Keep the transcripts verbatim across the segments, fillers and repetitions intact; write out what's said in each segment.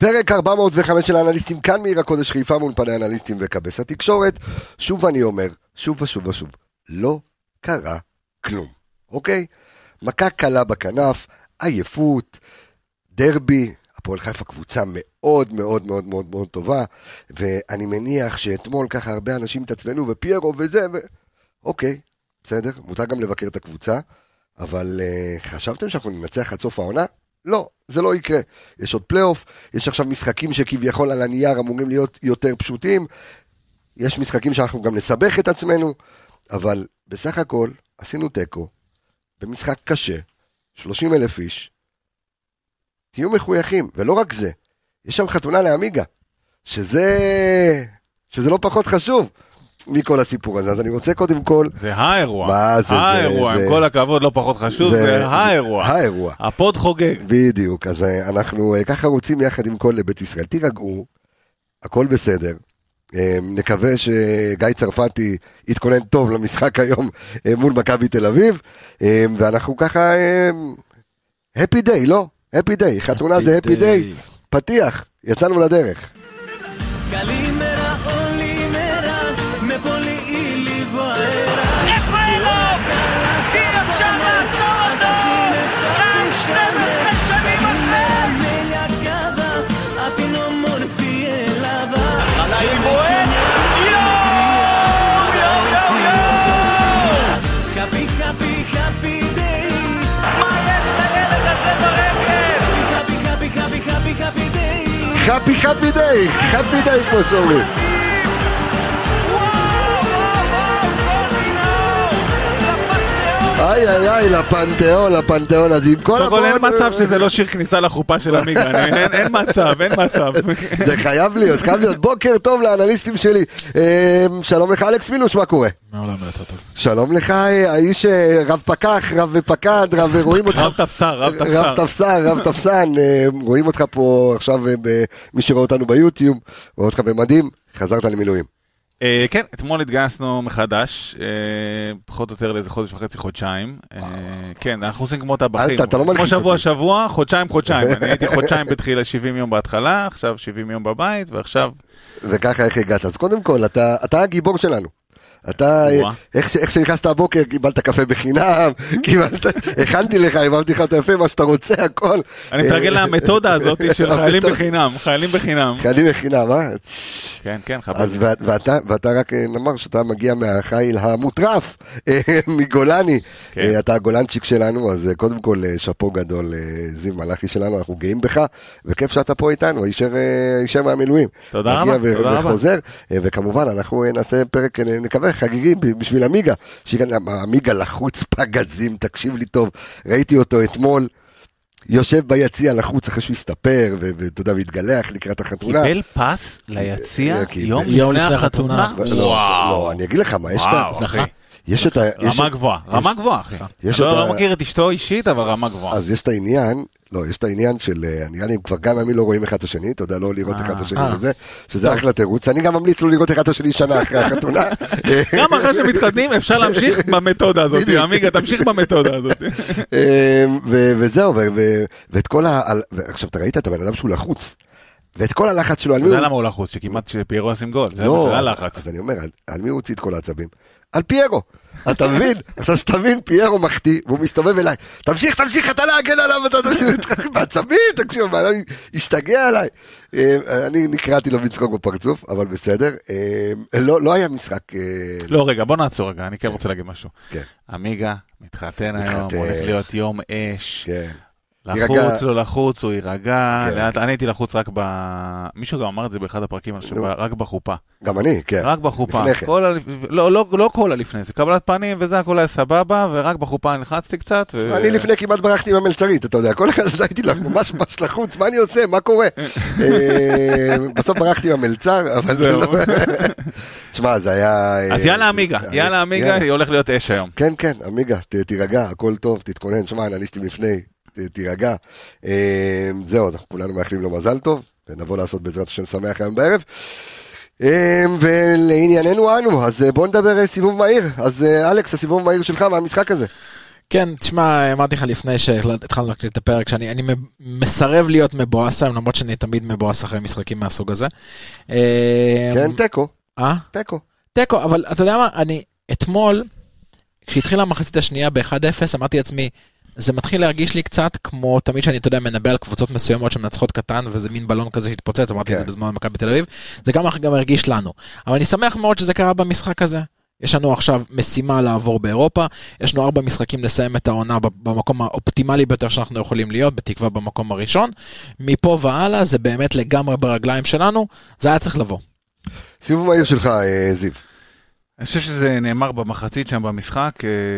פרק ארבע מאות וחמש של האנליסטים, כאן מעיר הקודש חיפה מול פני האנליסטים וכבש התקשורת. שוב אני אומר, שוב ושוב ושוב, לא קרה כלום, אוקיי? מכה קלה בכנף, עייפות, דרבי, הפועל חיפה קבוצה מאוד מאוד מאוד מאוד מאוד טובה, ואני מניח שאתמול ככה הרבה אנשים תצפנו ופיירו וזה, ו... אוקיי, בסדר, מותר גם לבקר את הקבוצה, אבל uh, חשבתם שאנחנו ננצח עד סוף העונה? לא, זה לא יקרה. יש עוד פלייאוף, יש עכשיו משחקים שכביכול על הנייר אמורים להיות יותר פשוטים, יש משחקים שאנחנו גם נסבך את עצמנו, אבל בסך הכל עשינו טקו, במשחק קשה, שלושים אלף איש, תהיו מחויכים, ולא רק זה, יש שם חתונה לאמיגה, שזה, שזה לא פחות חשוב מכל הסיפור הזה, אז אני רוצה קודם כל... זה האירוע, מה זה, האירוע, זה, עם כל הכבוד לא פחות חשוב, זה, זה האירוע, האירוע, הפוד חוגג. בדיוק, אז אנחנו ככה רוצים יחד עם כל לבית ישראל, תירגעו, הכל בסדר, נקווה שגיא צרפתי יתכונן טוב למשחק היום מול מכבי תל אביב, ואנחנו ככה, happy day, לא? happy day, חתונה זה happy day, פתיח, יצאנו לדרך. חפי חפי דיי, חפי דיי כמו שאומרים. איי איי איי, לפנתיאון, לפנתיאון, אז עם כל אבל אין מצב שזה לא שיר כניסה לחופה של אמיגה, אין מצב, אין מצב. זה חייב להיות, חייב להיות. בוקר טוב לאנליסטים שלי. שלום לך אלכס מילוש, מה קורה? מעולם יותר טוב. שלום לך, האיש רב פקח, רב פקד, רב רואים אותך. רב תפסר, רב תפסר. רב תפסר, רב תפסן, רואים אותך פה עכשיו, מי שראה אותנו ביוטיוב, רואה אותך במדים, חזרת למילואים. כן, אתמול התגייסנו מחדש, פחות או יותר לאיזה חודש וחצי, חודשיים. כן, אנחנו עושים כמו טבחים. כמו שבוע שבוע, חודשיים חודשיים. אני הייתי חודשיים בתחילה, שבעים יום בהתחלה, עכשיו שבעים יום בבית, ועכשיו... וככה איך הגעת? אז קודם כל, אתה הגיבור שלנו. אתה, איך שנכנסת הבוקר, קיבלת קפה בחינם, הכנתי לך, הבאתי לך את היפה, מה שאתה רוצה, הכל. אני מתרגל למתודה הזאת של חיילים בחינם, חיילים בחינם. חיילים בחינם, אה? כן, כן, חבר. ואתה רק נאמר שאתה מגיע מהחיל המוטרף, מגולני, אתה הגולנצ'יק שלנו, אז קודם כל שפו גדול, זיו מלאכי שלנו, אנחנו גאים בך, וכיף שאתה פה איתנו, הישר מהמילואים. תודה רבה, תודה רבה. וכמובן, אנחנו נעשה פרק, נקווה, חגיגים בשביל אמיגה, אמיגה לחוץ פגזים, תקשיב לי טוב, ראיתי אותו אתמול, יושב ביציע לחוץ אחרי שהוא הסתפר, ואתה יודע, והתגלח לקראת החתונה. קיבל פס ליציע יום לפני החתונה? לא, אני אגיד לך מה, יש את ה... יש את ה... רמה גבוהה, רמה גבוהה, אחי. אני לא מכיר את אשתו אישית, אבל רמה גבוהה. אז יש את העניין, לא, יש את העניין של, נראה לי, כבר גם עמי לא רואים אחד את השני, אתה יודע, לא לראות אחד את השני וזה, שזה אחלה תירוץ, אני גם ממליץ לו לראות אחד את השני שנה אחרי החתונה. גם אחרי שמתחתנים, אפשר להמשיך במתודה הזאת, אמיגה, תמשיך במתודה הזאת. וזהו, ואת כל ה... עכשיו, אתה ראית את הבן אדם שהוא לחוץ, ואת כל הלחץ שלו, על מי הוא... אתה יודע למה הוא לחוץ, שכמעט שפיירו עושים גול, זה הלחץ. אז אני אומר, על מי הוא הוציא את כל העצבים? על פיירו, אתה מבין? עכשיו שתבין, פיירו מחטיא, והוא מסתובב אליי, תמשיך, תמשיך, אתה להגן עליו, אתה תמשיך, בעצמי, תקשיב, אני השתגע עליי. אני נקראתי לו מצחוק בפרצוף, אבל בסדר, לא היה משחק... לא, רגע, בוא נעצור רגע, אני כן רוצה להגיד משהו. אמיגה, מתחתן היום, הולך להיות יום אש. כן. לחוץ, לא לחוץ, הוא יירגע, אני הייתי לחוץ רק ב... מישהו גם אמר את זה באחד הפרקים, רק בחופה. גם אני, כן. רק בחופה. לא כל הלפני, זה קבלת פנים וזה הכל היה סבבה, ורק בחופה נלחצתי קצת. אני לפני כמעט ברחתי עם המלצרית, אתה יודע, כל אחד הייתי ממש ממש לחוץ, מה אני עושה, מה קורה? בסוף ברחתי עם המלצר, אבל זה לא... תשמע, זה היה... אז יאללה אמיגה, יאללה אמיגה, היא הולך להיות אש היום. כן, כן, אמיגה, תירגע, הכל טוב, תתכונן, שמע, אנליסטים לפני. תירגע, זהו, אנחנו כולנו מאחלים לו מזל טוב, ונבוא לעשות בעזרת השם שמח היום בערב, ולענייננו אנו, אז בואו נדבר סיבוב מהיר, אז אלכס, הסיבוב מהיר שלך מהמשחק הזה. כן, תשמע, אמרתי לך לפני שהתחלנו להקליט את הפרק, שאני מסרב להיות מבואס, למרות שאני תמיד מבואס אחרי משחקים מהסוג הזה. כן, טקו. אה? טקו. טקו, אבל אתה יודע מה, אני אתמול, כשהתחילה המחצית השנייה ב-אחד אפס, אמרתי לעצמי, זה מתחיל להרגיש לי קצת כמו תמיד שאני, אתה יודע, מנבא על קבוצות מסוימות שמנצחות קטן, וזה מין בלון כזה שהתפוצץ, אמרתי את זה בזמן מכבי בתל אביב, זה גם גם הרגיש לנו. אבל אני שמח מאוד שזה קרה במשחק הזה. יש לנו עכשיו משימה לעבור באירופה, יש לנו ארבע משחקים לסיים את העונה במקום האופטימלי ביותר שאנחנו יכולים להיות, בתקווה במקום הראשון. מפה והלאה זה באמת לגמרי ברגליים שלנו, זה היה צריך לבוא. סיבוב מהיר שלך, זיו. אני חושב שזה נאמר במחצית שם במשחק,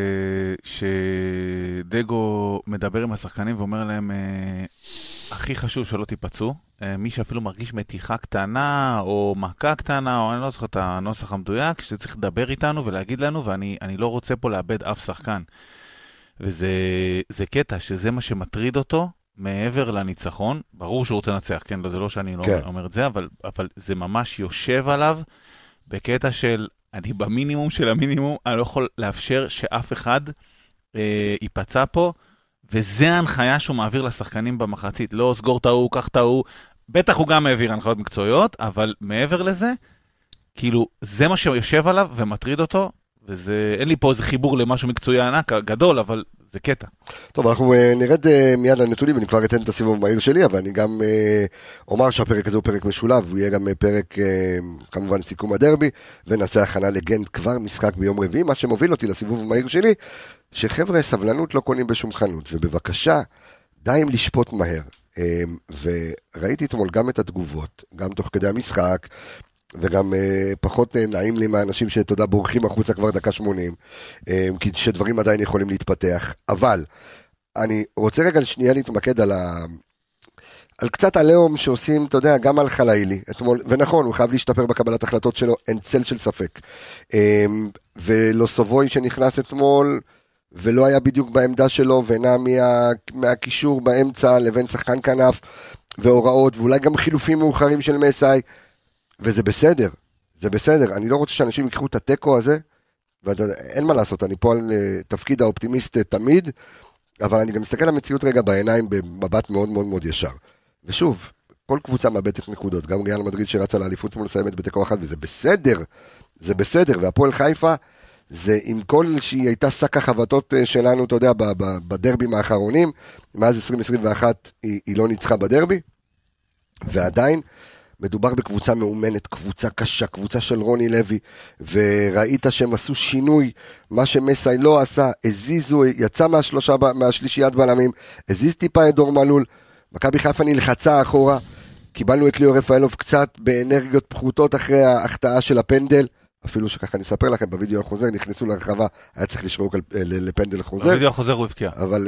שדגו מדבר עם השחקנים ואומר להם, הכי חשוב שלא תיפצעו, מי שאפילו מרגיש מתיחה קטנה או מכה קטנה, או אני לא זוכר את הנוסח המדויק, שצריך לדבר איתנו ולהגיד לנו, ואני אני לא רוצה פה לאבד אף שחקן. וזה זה קטע שזה מה שמטריד אותו מעבר לניצחון. ברור שהוא רוצה לנצח, כן? זה לא שאני לא כן. אומר את זה, אבל, אבל זה ממש יושב עליו בקטע של אני במינימום של המינימום, אני לא יכול לאפשר שאף אחד אה, ייפצע פה, וזה ההנחיה שהוא מעביר לשחקנים במחצית. לא סגור טעו, כך טעו, בטח הוא גם מעביר הנחיות מקצועיות, אבל מעבר לזה, כאילו, זה מה שיושב עליו ומטריד אותו, וזה, אין לי פה איזה חיבור למשהו מקצועי ענק, גדול, אבל זה קטע. טוב, אנחנו נרד מיד לנתונים, אני כבר אתן את הסיבוב מהיר שלי, אבל אני גם אומר שהפרק הזה הוא פרק משולב, הוא יהיה גם פרק, כמובן, סיכום הדרבי, ונעשה הכנה לגנט כבר משחק ביום רביעי, מה שמוביל אותי לסיבוב מהיר שלי, שחבר'ה, סבלנות לא קונים בשום חנות, ובבקשה, די אם לשפוט מהר. וראיתי אתמול גם את התגובות, גם תוך כדי המשחק, וגם uh, פחות uh, נעים לי מהאנשים שתודה בורחים החוצה כבר דקה שמונים, uh, כי שדברים עדיין יכולים להתפתח, אבל אני רוצה רגע שנייה להתמקד על, ה... על קצת הלאום שעושים, אתה יודע, גם על חלאילי, אתמול, ונכון, הוא חייב להשתפר בקבלת החלטות שלו, אין צל של ספק, uh, ולא סבוי שנכנס אתמול, ולא היה בדיוק בעמדה שלו, ונע מה... מהקישור באמצע לבין שחקן כנף, והוראות, ואולי גם חילופים מאוחרים של מסאי, וזה בסדר, זה בסדר, אני לא רוצה שאנשים יקחו את הטקו הזה, ואין מה לעשות, אני פה על תפקיד האופטימיסט תמיד, אבל אני גם מסתכל על המציאות רגע בעיניים במבט מאוד מאוד מאוד ישר. ושוב, כל קבוצה מאבדת נקודות, גם ריאל מדריד שרצה לאליפות מול מסיימת בטקו אחת, וזה בסדר, זה בסדר, והפועל חיפה, זה עם כל שהיא הייתה שק החבטות שלנו, אתה יודע, בדרבים האחרונים, מאז עשרים עשרים ואחת היא, היא לא ניצחה בדרבי, ועדיין, מדובר בקבוצה מאומנת, קבוצה קשה, קבוצה של רוני לוי, וראית שהם עשו שינוי, מה שמסאי לא עשה, הזיזו, יצא מהשלושה, מהשלישיית בלמים, הזיז טיפה את דור מלול, מכבי חיפה נלחצה אחורה, קיבלנו את ליאור רפאלוב קצת באנרגיות פחותות אחרי ההחטאה של הפנדל, אפילו שככה אני אספר לכם, בווידאו החוזר נכנסו לרחבה, היה צריך לשרוק לפנדל חוזר. בווידאו החוזר הוא הבקיע. אבל,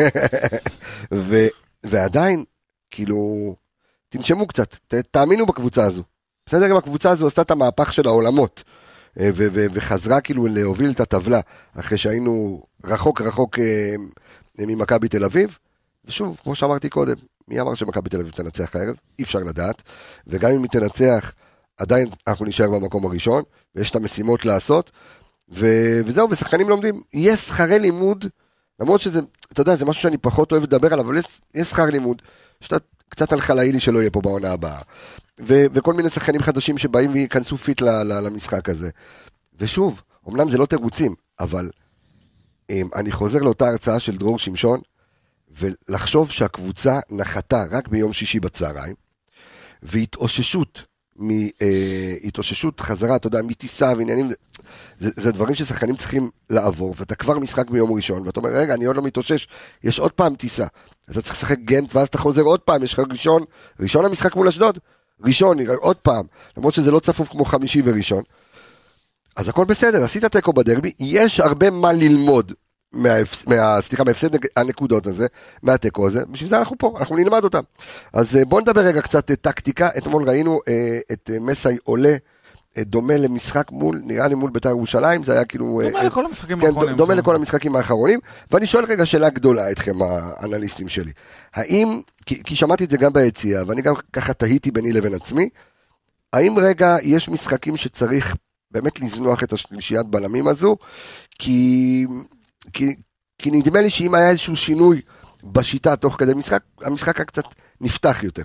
ו, ועדיין, כאילו, תנשמו קצת, ת, תאמינו בקבוצה הזו. בסדר, גם הקבוצה הזו עשתה את המהפך של העולמות, ו, ו, וחזרה כאילו להוביל את הטבלה, אחרי שהיינו רחוק רחוק ממכבי תל אביב, ושוב, כמו שאמרתי קודם, מי אמר שמכבי תל אביב תנצח הערב? אי אפשר לדעת, וגם אם היא תנצח, עדיין אנחנו נשאר במקום הראשון, ויש את המשימות לעשות, ו- וזהו, ושחקנים לומדים, יש שכרי לימוד, למרות שזה, אתה יודע, זה משהו שאני פחות אוהב לדבר עליו, אבל יש, יש שכר לימוד, שאתה קצת על חלאילי שלא יהיה פה בעונה הבאה, ו- וכל מיני שחקנים חדשים שבאים ויכנסו פיט ל- ל- למשחק הזה, ושוב, אמנם זה לא תירוצים, אבל הם, אני חוזר לאותה הרצאה של דרור שמשון, ולחשוב שהקבוצה נחתה רק ביום שישי בצהריים, והתאוששות, מהתאוששות חזרה, אתה יודע, מטיסה ועניינים, זה, זה דברים ששחקנים צריכים לעבור, ואתה כבר משחק ביום ראשון, ואתה אומר, רגע, אני עוד לא מתאושש, יש עוד פעם טיסה, אתה צריך לשחק גנט, ואז אתה חוזר עוד פעם, יש לך ראשון, ראשון המשחק מול אשדוד, ראשון, עוד פעם, למרות שזה לא צפוף כמו חמישי וראשון, אז הכל בסדר, עשית תיקו בדרבי, יש הרבה מה ללמוד, מה, סליחה, מהפסד הנקודות הזה, מהטקו הזה, בשביל זה אנחנו פה, אנחנו נלמד אותם. אז בואו נדבר רגע קצת טקטיקה, אתמול ראינו את מסאי עולה, דומה למשחק מול, נראה לי מול בית"ר ירושלים, זה היה כאילו... דומה לכל המשחקים האחרונים. דומה לכל המשחקים האחרונים, ואני שואל רגע שאלה גדולה אתכם, האנליסטים שלי. האם, כי, כי שמעתי את זה גם ביציאה, ואני גם ככה תהיתי ביני לבין עצמי, האם רגע יש משחקים שצריך באמת לזנוח את השלישיית בלמים הזו, כי... כי, כי נדמה לי שאם היה איזשהו שינוי בשיטה תוך כדי משחק, המשחק היה קצת נפתח יותר.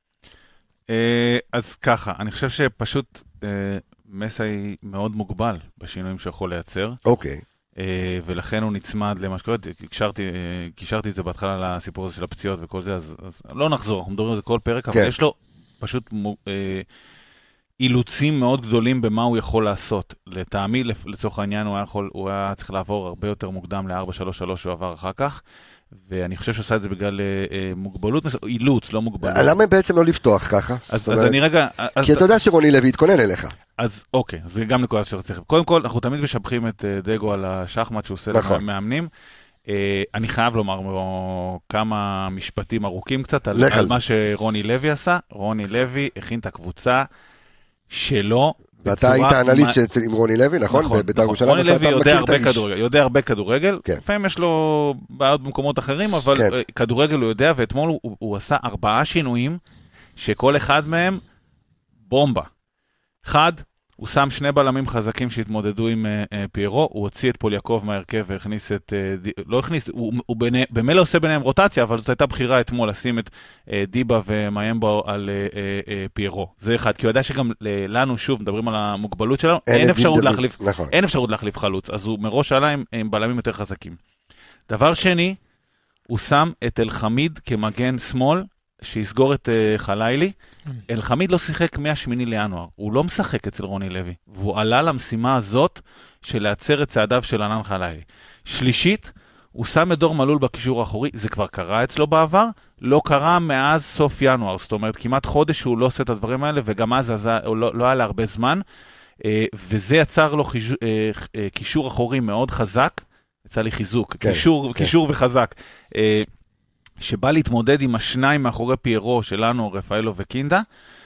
אז ככה, אני חושב שפשוט מסי מאוד מוגבל בשינויים שיכול לייצר. אוקיי. ולכן הוא נצמד למה שקורה, קישרתי את זה בהתחלה לסיפור הזה של הפציעות וכל זה, אז לא נחזור, אנחנו מדברים על זה כל פרק, אבל יש לו פשוט אילוצים מאוד גדולים במה הוא יכול לעשות. לטעמי, לצורך העניין, הוא היה, יכול, הוא היה צריך לעבור הרבה יותר מוקדם ל-ארבע שלוש שלוש שהוא עבר אחר כך, ואני חושב שעשה את זה בגלל מוגבלות, אילוץ, לא מוגבלות. למה בעצם לא לפתוח ככה? אז, אז אני רגע... כי אתה יודע שרוני לוי התכונן אליך. אז אוקיי, זה גם נקודה שרציך. קודם כל, אנחנו תמיד משבחים את דגו על השחמט שהוא עושה למאמנים. אני חייב לומר כמה משפטים ארוכים קצת על, על מה שרוני לוי עשה. רוני לוי הכין את הקבוצה שלו, ואתה היית אנליסט עם רוני לוי, נכון? רוני לוי יודע הרבה כדורגל, לפעמים יש לו בעיות במקומות אחרים, אבל כדורגל הוא יודע, ואתמול הוא עשה ארבעה שינויים, שכל אחד מהם בומבה. אחד, הוא שם שני בלמים חזקים שהתמודדו עם פיירו, הוא הוציא את פוליאקוב מהרכב והכניס את, לא הכניס, הוא במילא עושה ביניהם רוטציה, אבל זאת הייתה בחירה אתמול לשים את דיבה ומיימבו על פיירו. זה אחד, כי הוא יודע שגם לנו, שוב, מדברים על המוגבלות שלנו, אין אפשרות להחליף, אין אפשרות להחליף חלוץ, אז הוא מראש עלה עם בלמים יותר חזקים. דבר שני, הוא שם את אל-חמיד כמגן שמאל, שיסגור את uh, חלילי. אל-חמיד לא שיחק מהשמיני לינואר, הוא לא משחק אצל רוני לוי, והוא עלה למשימה הזאת של להצר את צעדיו של ענן חלילי. שלישית, הוא שם את דור מלול בקישור האחורי, זה כבר קרה אצלו בעבר, לא קרה מאז סוף ינואר, זאת אומרת כמעט חודש שהוא לא עושה את הדברים האלה, וגם אז, אז הוא לא, לא היה לה הרבה זמן, uh, וזה יצר לו חיז... uh, uh, קישור אחורי מאוד חזק, יצא לי חיזוק, כן, קישור, כן. קישור וחזק, uh, שבא להתמודד עם השניים מאחורי פיירו שלנו, רפאלו וקינדה,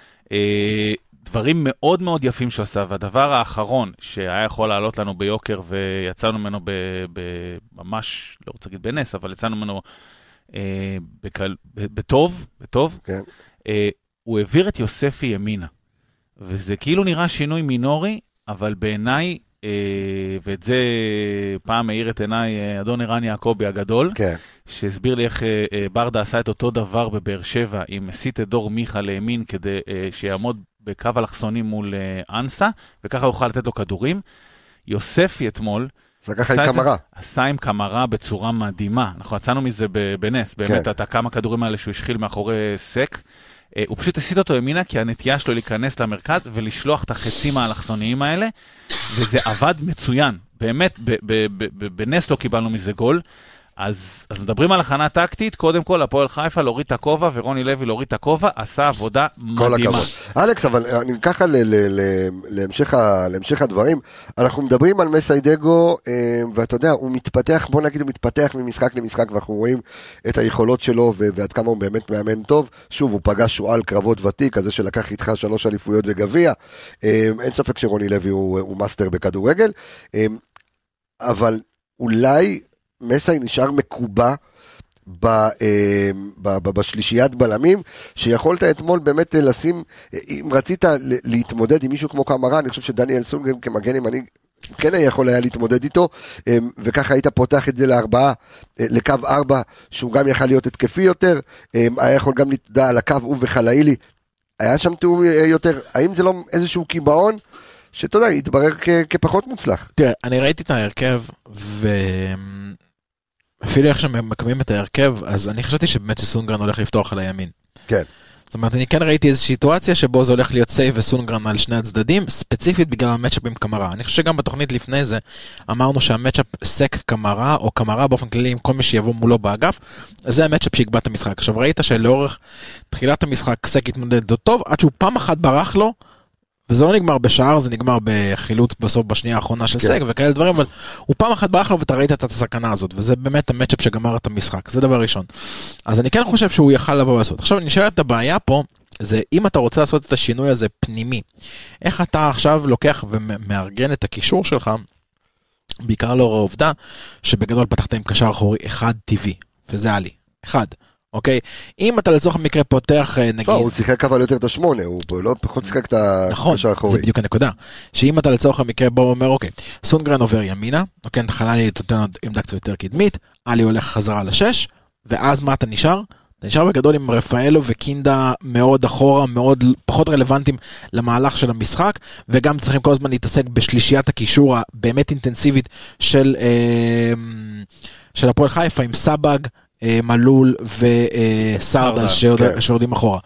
דברים מאוד מאוד יפים שעושה, והדבר האחרון שהיה יכול לעלות לנו ביוקר, ויצאנו ממנו ממש, לא רוצה להגיד בנס, אבל יצאנו ממנו בטוב, בטוב, הוא העביר את יוספי ימינה, וזה כאילו נראה שינוי מינורי, אבל בעיניי, ואת זה פעם מאיר את עיניי אדון ערן יעקובי הגדול, שהסביר לי איך ברדה עשה את אותו דבר בבאר שבע, אם מסית את דור מיכה לימין כדי שיעמוד בקו אלכסונים מול אנסה, וככה הוא יוכל לתת לו כדורים. יוספי אתמול עשה עם קמרה בצורה מדהימה, אנחנו יצאנו מזה בנס, באמת אתה כמה כדורים האלה שהוא השחיל מאחורי סק, הוא פשוט הסית אותו ימינה, כי הנטייה שלו להיכנס למרכז ולשלוח את החצים האלכסוניים האלה, וזה עבד מצוין. באמת, בנס לא קיבלנו מזה גול. אז, אז מדברים על הכנה טקטית, קודם כל, הפועל חיפה להוריד את הכובע, ורוני לוי להוריד את הכובע, עשה עבודה מדהימה. אלכס, אבל אני ככה להמשך, להמשך הדברים, אנחנו מדברים על מסיידגו, ואתה יודע, הוא מתפתח, בוא נגיד, הוא מתפתח ממשחק למשחק, ואנחנו רואים את היכולות שלו, ועד כמה הוא באמת מאמן טוב. שוב, הוא פגש שואל קרבות ותיק, הזה שלקח איתך שלוש אליפויות וגביע, אין ספק שרוני לוי הוא, הוא מאסטר בכדורגל, אבל אולי מסי נשאר מקובע ב, אה, ב, ב, בשלישיית בלמים, שיכולת אתמול באמת לשים, אם רצית להתמודד עם מישהו כמו קמרה, אני חושב שדניאל סונגרן כמגן ימני, כן יכול היה להתמודד איתו, אה, וככה היית פותח את זה לארבעה, אה, לקו ארבע, שהוא גם יכל להיות התקפי יותר, אה, היה יכול גם לתדע על הקו הוא וחלאילי, היה שם תיאום יותר, האם זה לא איזשהו קיבעון, שאתה יודע, יתברר כ, כפחות מוצלח? תראה, אני ראיתי את ההרכב, ו... אפילו איך שהם מקמים את ההרכב, אז אני חשבתי שבאמת סונגרן הולך לפתוח על הימין. כן. זאת אומרת, אני כן ראיתי איזו סיטואציה שבו זה הולך להיות סייב וסונגרן על שני הצדדים, ספציפית בגלל המאצ'אפ עם קמרה. אני חושב שגם בתוכנית לפני זה, אמרנו שהמאצ'אפ סק קמרה, או קמרה באופן כללי עם כל מי שיבוא מולו באגף, זה המאצ'אפ שיקבע את המשחק. עכשיו ראית שלאורך תחילת המשחק סק התמודד טוב, עד שהוא פעם אחת ברח לו, וזה לא נגמר בשער, זה נגמר בחילוץ בסוף בשנייה האחרונה של סק וכאלה דברים, אבל הוא פעם אחת ברח לו ואתה ראית את הסכנה הזאת, וזה באמת המאצ'אפ שגמר את המשחק, זה דבר ראשון. אז אני כן חושב שהוא יכל לבוא לעשות. עכשיו נשארת את הבעיה פה, זה אם אתה רוצה לעשות את השינוי הזה פנימי, איך אתה עכשיו לוקח ומארגן את הקישור שלך, בעיקר לאור העובדה, שבגדול פתחת עם קשר אחורי אחד טבעי, וזה עלי, אחד. אוקיי? אם אתה לצורך המקרה פותח, נגיד... הוא שיחק אבל יותר את השמונה, הוא לא פחות שיחק את הקשר האחורי. נכון, זה בדיוק הנקודה. שאם אתה לצורך המקרה בו אומר, אוקיי, סונגרן עובר ימינה, אוקיי, חללי תותן עוד עמדה קצת יותר קדמית, אלי הולך חזרה לשש, ואז מה אתה נשאר? אתה נשאר בגדול עם רפאלו וקינדה מאוד אחורה, מאוד פחות רלוונטיים למהלך של המשחק, וגם צריכים כל הזמן להתעסק בשלישיית הקישור הבאמת אינטנסיבית של, של הפועל חיפה, עם סבג, מלול וסרדל שיורדים אחורה.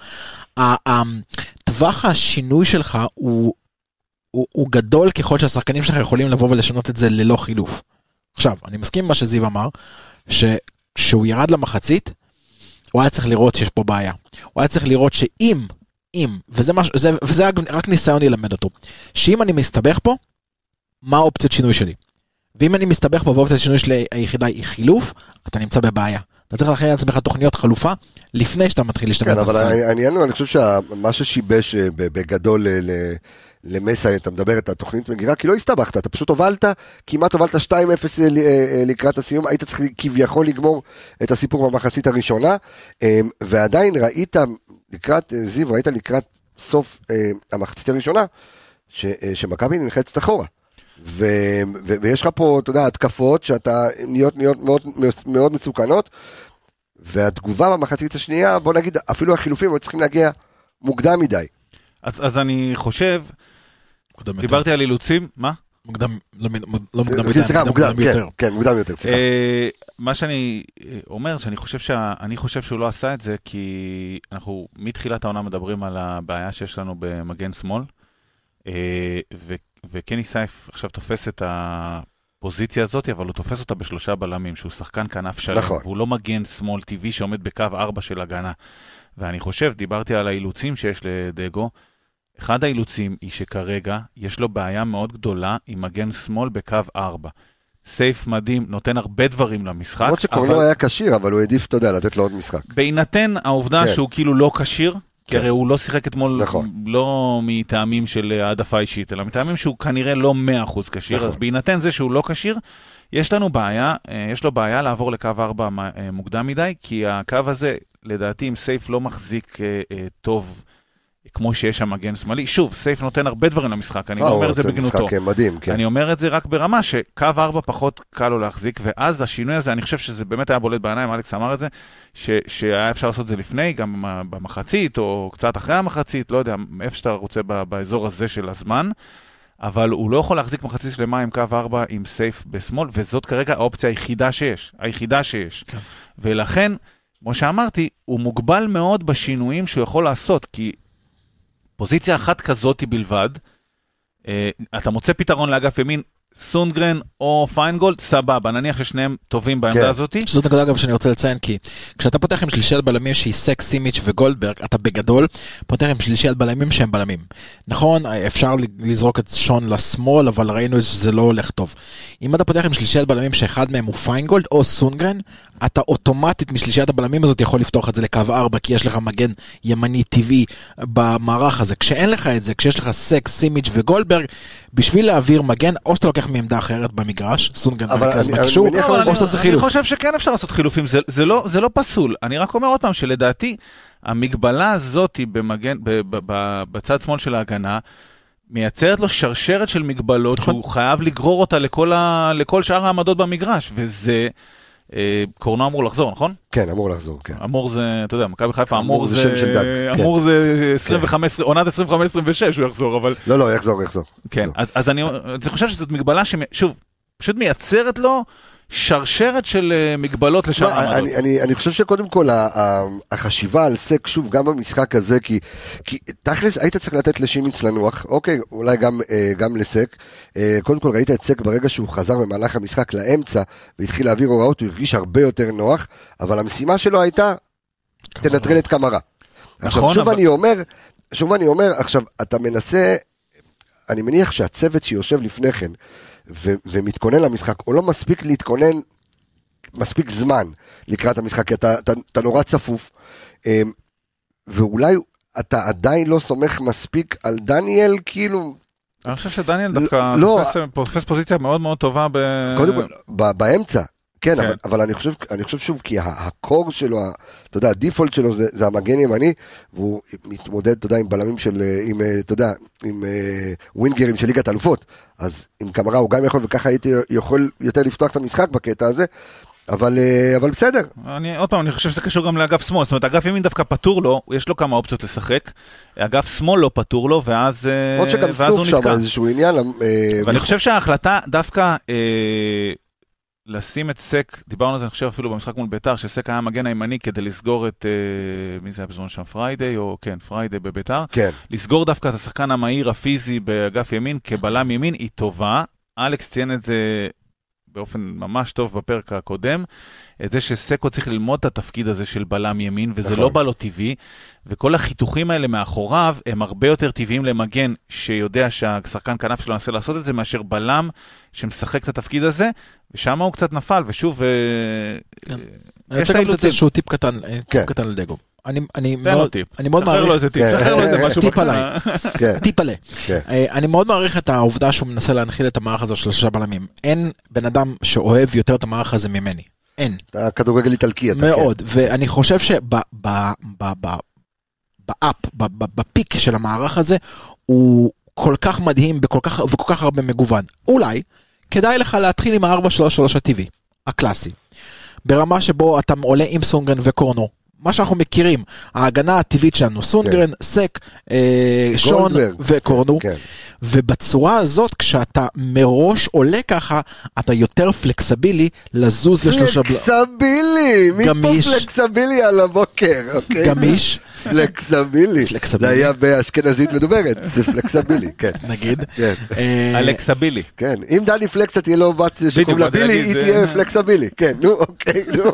טווח השינוי שלך הוא, הוא, הוא גדול ככל שהשחקנים שלך יכולים לבוא ולשנות את זה ללא חילוף. עכשיו, אני מסכים עם מה שזיו אמר, שכשהוא ירד למחצית, הוא היה צריך לראות שיש פה בעיה. הוא היה צריך לראות שאם, אם, וזה, מש, זה, וזה רק ניסיון ילמד אותו, שאם אני מסתבך פה, מה האופציות שינוי שלי? ואם אני מסתבך פה ואופציית שינוי שלי היחידה היא חילוף, אתה נמצא בבעיה. אתה צריך להכין לעצמך תוכניות חלופה, לפני שאתה מתחיל להשתמש. כן, אבל העניין הוא, אני חושב שמה ששיבש בגדול למסה, אתה מדבר את התוכנית מגירה, כי לא הסתבכת, אתה פשוט הובלת, כמעט הובלת שתיים אפס לקראת הסיום, היית צריך כביכול לגמור את הסיפור במחצית הראשונה, ועדיין ראית לקראת זיו, ראית לקראת סוף המחצית הראשונה, שמכבי נלחצת אחורה. ויש לך פה, אתה יודע, התקפות שאתה נהיות מאוד מסוכנות, והתגובה במחצית השנייה, בוא נגיד, אפילו החילופים היו צריכים להגיע מוקדם מדי. אז אני חושב, דיברתי על אילוצים, מה? מוקדם, לא מוקדם יותר, מוקדם יותר. כן, מוקדם יותר, סליחה. מה שאני אומר, שאני חושב שאני חושב שהוא לא עשה את זה, כי אנחנו מתחילת העונה מדברים על הבעיה שיש לנו במגן שמאל, וקני סייף עכשיו תופס את הפוזיציה הזאת, אבל הוא תופס אותה בשלושה בלמים, שהוא שחקן כנף שלם, נכון. והוא לא מגן שמאל טבעי שעומד בקו ארבע של הגנה. ואני חושב, דיברתי על האילוצים שיש לדגו, אחד האילוצים היא שכרגע יש לו בעיה מאוד גדולה עם מגן שמאל בקו ארבע. סייף מדהים, נותן הרבה דברים למשחק. למרות שקורנו אבל... היה קשיר, אבל הוא העדיף, אתה יודע, לתת לו עוד משחק. בהינתן העובדה כן. שהוא כאילו לא קשיר, כי הרי הוא לא שיחק אתמול, לא מטעמים של העדפה אישית, אלא מטעמים שהוא כנראה לא מאה אחוז קשיר, אז בהינתן זה שהוא לא קשיר, יש לנו בעיה, יש לו בעיה לעבור לקו ארבע מוקדם מדי, כי הקו הזה, לדעתי, אם סייף לא מחזיק טוב, כמו שיש שם מגן שמאלי, שוב, סייף נותן הרבה דברים למשחק, אני לא אומר את זה בגנותו. אני אומר את זה רק ברמה שקו ארבע פחות קל לו להחזיק, ואז השינוי הזה, אני חושב שזה באמת היה בולט בעיניים, אלכס אמר את זה, שהיה אפשר לעשות את זה לפני, גם במחצית, או קצת אחרי המחצית, לא יודע, איפה שאתה רוצה באזור הזה של הזמן, אבל הוא לא יכול להחזיק מחצית שלמה עם קו ארבע עם סייף בשמאל, וזאת כרגע האופציה היחידה שיש, היחידה שיש. ולכן, כמו שאמרתי, הוא מוגבל מאוד בשינויים שהוא יכול לעשות, כי פוזיציה אחת כזאת היא בלבד, אתה מוצא פתרון לאגף ימין, סונגרן או פיינגולד, סבבה, נניח ששניהם טובים בעמדה הזאת. זאת נקודה אגב שאני רוצה לציין, כי כשאתה פותח עם שלישיית בלמים שהיא סק, סימיץ' וגולדברג, אתה בגדול פותח עם שלישיית בלמים שהם בלמים. נכון, אפשר לזרוק את שון לשמאל, אבל ראינו שזה לא הולך טוב. אם אתה פותח עם שלישיית בלמים שאחד מהם הוא פיינגולד או סונגרן, אתה אוטומטית משלישיית הבלמים הזאת יכול לפתוח את זה לקו ארבע, כי יש לך מגן ימני טבעי במערך הזה. כשאין לך את זה, כשיש לך סק, סימיץ' וגולדברג, בשביל להעביר מגן, או שאתה לוקח מעמדה אחרת במגרש, סונגרן במרכז בקישור, או שאתה עושה חילוף. אני חושב שכן אפשר לעשות חילופים, זה לא פסול. אני רק אומר עוד פעם שלדעתי, המגבלה הזאת בצד שמאל של ההגנה, מייצרת לו שרשרת של מגבלות, שהוא חייב לגרור אותה לכל שאר העמדות במגרש, וזה... קורנו אמור לחזור, נכון? כן, אמור לחזור, כן. אמור זה, אתה יודע, מכבי חיפה, אמור זה... אמור זה עשרים וחמש, עונת עשרים וחמש עשרים ושש הוא יחזור, אבל... לא, לא, יחזור, יחזור. כן, אז אני חושב שזאת מגבלה ששוב, פשוט מייצרת לו שרשרת של מגבלות לשאר העמדות. אני חושב שקודם כל החשיבה על סק, שוב, גם במשחק הזה, כי תכלס היית צריך לתת לשימיץ לנוח, אוקיי, אולי גם לסק. קודם כל ראית את סק ברגע שהוא חזר במהלך המשחק לאמצע, והתחיל להעביר הוראות, הוא הרגיש הרבה יותר נוח, אבל המשימה שלו הייתה, תנטרל את קמרה. עכשיו, שוב אני אומר, שוב אני אומר, עכשיו, אתה מנסה, אני מניח שהצוות שיושב לפני כן, ו- ומתכונן למשחק, או לא מספיק להתכונן מספיק זמן לקראת המשחק, כי אתה, אתה, אתה נורא צפוף, ואולי אתה עדיין לא סומך מספיק על דניאל, כאילו... אני חושב שדניאל דווקא תופס פוזיציה מאוד מאוד טובה ב... קודם כל, באמצע, כן, אבל, אבל אני חושב, אני חושב שוב, כי הקור שלו, אתה יודע, הדיפולט שלו זה, זה המגן ימני, והוא מתמודד, אתה יודע, עם בלמים של, עם, אתה יודע, עם ווינגרים של ליגת אלופות, אז עם קמרה הוא גם יכול, וככה הייתי יכול יותר לפתוח את המשחק בקטע הזה, אבל, אבל בסדר. אני, עוד פעם, אני חושב שזה קשור גם לאגף שמאל, זאת אומרת, אגף ימין דווקא פטור לו, יש לו כמה אופציות לשחק, אגף שמאל לא פטור לו, ואז, עוד שגם סוף שם איזשהו עניין. ואני חושב שההחלטה דווקא, לשים את סק, דיברנו על זה אני חושב אפילו במשחק מול ביתר, שסק היה המגן הימני כדי לסגור את, מי זה היה בזמן שם, פריידי, או כן, פריידי בביתר, כן. לסגור דווקא את השחקן המהיר הפיזי באגף ימין, כבלם ימין, היא טובה, אלכס ציין את זה באופן ממש טוב בפרק הקודם, את זה שסקו צריך ללמוד את התפקיד הזה של בלם ימין, וזה נכון. לא בא לו טבעי, וכל החיתוכים האלה מאחוריו, הם הרבה יותר טבעיים למגן, שיודע שהשחקן כנף שלו ננסה לעשות את זה, מאשר בלם שמשחק את התפקיד הזה, ושם הוא קצת נפל, ושוב, כן. אני רוצה גם לתת איזשהו טיפ קטן, כן. טיפ קטן לדגו. אני, אני תן לו טיפ. אני מאוד מעריך. לו איזה טיפ, שחרר לו איזה משהו טיפ עליי. טיפ עליי. כן. אני מאוד מעריך את העובדה שהוא מנסה להנחיל את המערך הזה של שלושה בלמים. אין בן אדם שאוהב יותר את המערך הזה ממני. אין. אתה כדורגל איטלקי. מאוד. ואני חושב שבאפ, בפיק של המערך הזה, הוא כל כך מדהים וכל כך הרבה מגוון. אולי, כדאי לך להתחיל עם ה-ארבע שלוש שלוש הטבעי, הקלאסי. ברמה שבו אתה עולה עם סונגרן וקורנו. מה שאנחנו מכירים, ההגנה הטבעית שלנו, סונגרן, כן. סק, אה, שון וקורנו, כן. ובצורה הזאת, כשאתה מראש עולה ככה, אתה יותר פלקסבילי לזוז לשלושה... פלקסבילי! מי פה פלקסבילי על הבוקר? אוקיי? גמיש. פלקסבילי. זה היה באשכנזית מדוברת, זה פלקסבילי, כן. נגיד. אלכסבילי. כן, אם דני פלקסה תהיה לו בת שקום לבילי, היא תהיה פלקסבילי. כן, נו, אוקיי, נו.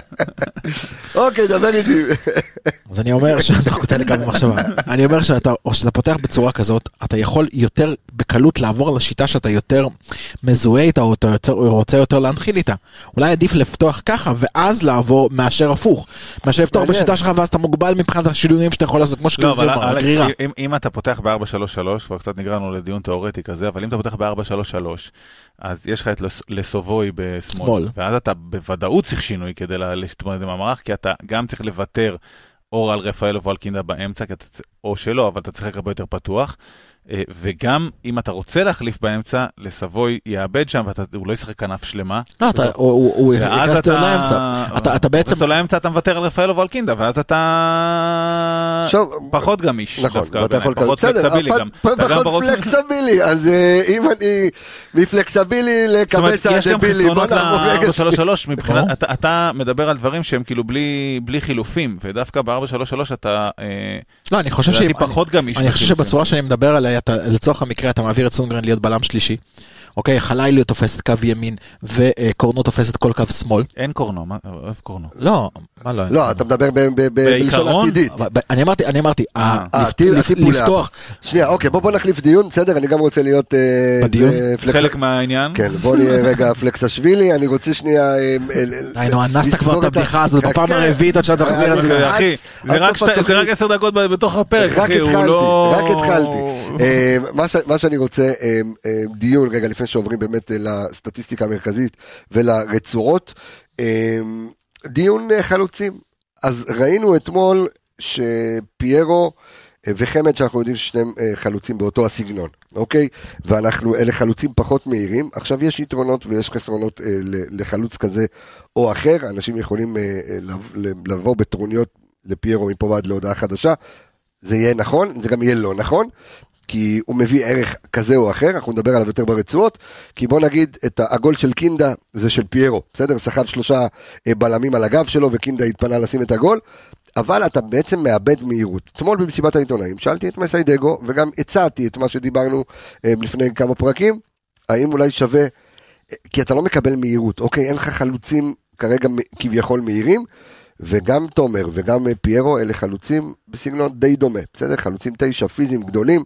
אוקיי, דבר איתי. אז אני אומר שאתה כותב לי כמה מחשבה. אני אומר שאתה, או שאתה פותח בצורה כזאת, אתה יכול יותר בקלות לעבור לשיטה שאתה יותר מזוהה איתה, או אתה רוצה יותר להנחיל איתה. אולי עדיף לפתוח ככה, ואז לעבור מאשר הפוך. מאשר לפתוח בשיטה שלך, ואז אתה מוגבל מבחינת השילונים שאתה יכול לעשות, כמו שכזה גרירה. אם אתה פותח ב-ארבע שלוש שלוש, כבר קצת נגרנו לדיון תיאורטי כזה, אבל אם אתה פותח ב-ארבע שלוש שלוש, אז יש לך את לסובוי בשמאל, ואז אתה בוודאות צריך שינוי כדי להתמודד עם המערך, כי אתה גם צריך לוותר או על רפאל או על קינדה באמצע, או שלא, אבל אתה צריך הרבה יותר פתוח, וגם אם אתה רוצה להחליף באמצע, לסבוי יאבד שם, והוא לא ישחק כנף שלמה. לא, הוא יקרס אותו לאמצע. אתה בעצם... אתה לאמצע, אתה מוותר על רפאל או על קינדה, ואז אתה פחות גמיש. נכון, ואתה יכול פחות פלקסבילי גם. פחות פלקסבילי, אז אם אני מפלקסבילי לקבס הדבילי, בוא נעבור רגע. שלוש שלוש, מבחינת, אתה מדבר על דברים שהם כאילו בלי חילופים, ודווקא ב-ארבע שלוש שלוש אתה... לא, אני חושב שבצורה שאני מדבר עליה, אתה, לצורך המקרה אתה מעביר את סונגרן להיות בלם שלישי, אוקיי, חלילי תופס את קו ימין, וקורנו תופס את כל קו שמאל. אין קורנו, מה, אוהב קורנו? לא, מה לא? לא, אתה מדבר בלשון עתידית. אני אמרתי, אני אמרתי, לפתוח. שנייה, אוקיי, בוא נחליף דיון, בסדר, אני גם רוצה להיות... בדיון? חלק מהעניין. כן, בוא נהיה רגע פלקסשווילי, אני רוצה שנייה... היינו, אנסת כבר את הבדיחה הזאת, בפעם הרביעית עוד שאתה תחזיר את זה. אחי, זה רק עשר דקות בתוך הפרק, אחי, הוא לא... רק התחלתי, רק התחלתי. מה שאני רוצה, דיון רגע לפני שעוברים באמת לסטטיסטיקה המרכזית ולרצורות, דיון חלוצים. אז ראינו אתמול שפיירו וחמד, שאנחנו יודעים ששניהם חלוצים באותו הסגנון, אוקיי? ואנחנו, אלה חלוצים פחות מהירים. עכשיו יש יתרונות ויש חסרונות לחלוץ כזה או אחר. אנשים יכולים לבוא בטרוניות לפיירו מפה ועד להודעה חדשה. זה יהיה נכון, זה גם יהיה לא נכון. כי הוא מביא ערך כזה או אחר, אנחנו נדבר עליו יותר ברצועות, כי בוא נגיד, את הגול של קינדה זה של פיירו, בסדר? סחב שלושה בלמים על הגב שלו, וקינדה התפנה לשים את הגול, אבל אתה בעצם מאבד מהירות. אתמול במסיבת העיתונאים, שאלתי את מסיידגו, וגם הצעתי את מה שדיברנו לפני כמה פרקים, האם אולי שווה, כי אתה לא מקבל מהירות, אוקיי, אין לך חלוצים כרגע כביכול מהירים, וגם תומר וגם פיירו אלה חלוצים בסגנון די דומה, בסדר? חלוצים תשע פיזיים גדולים,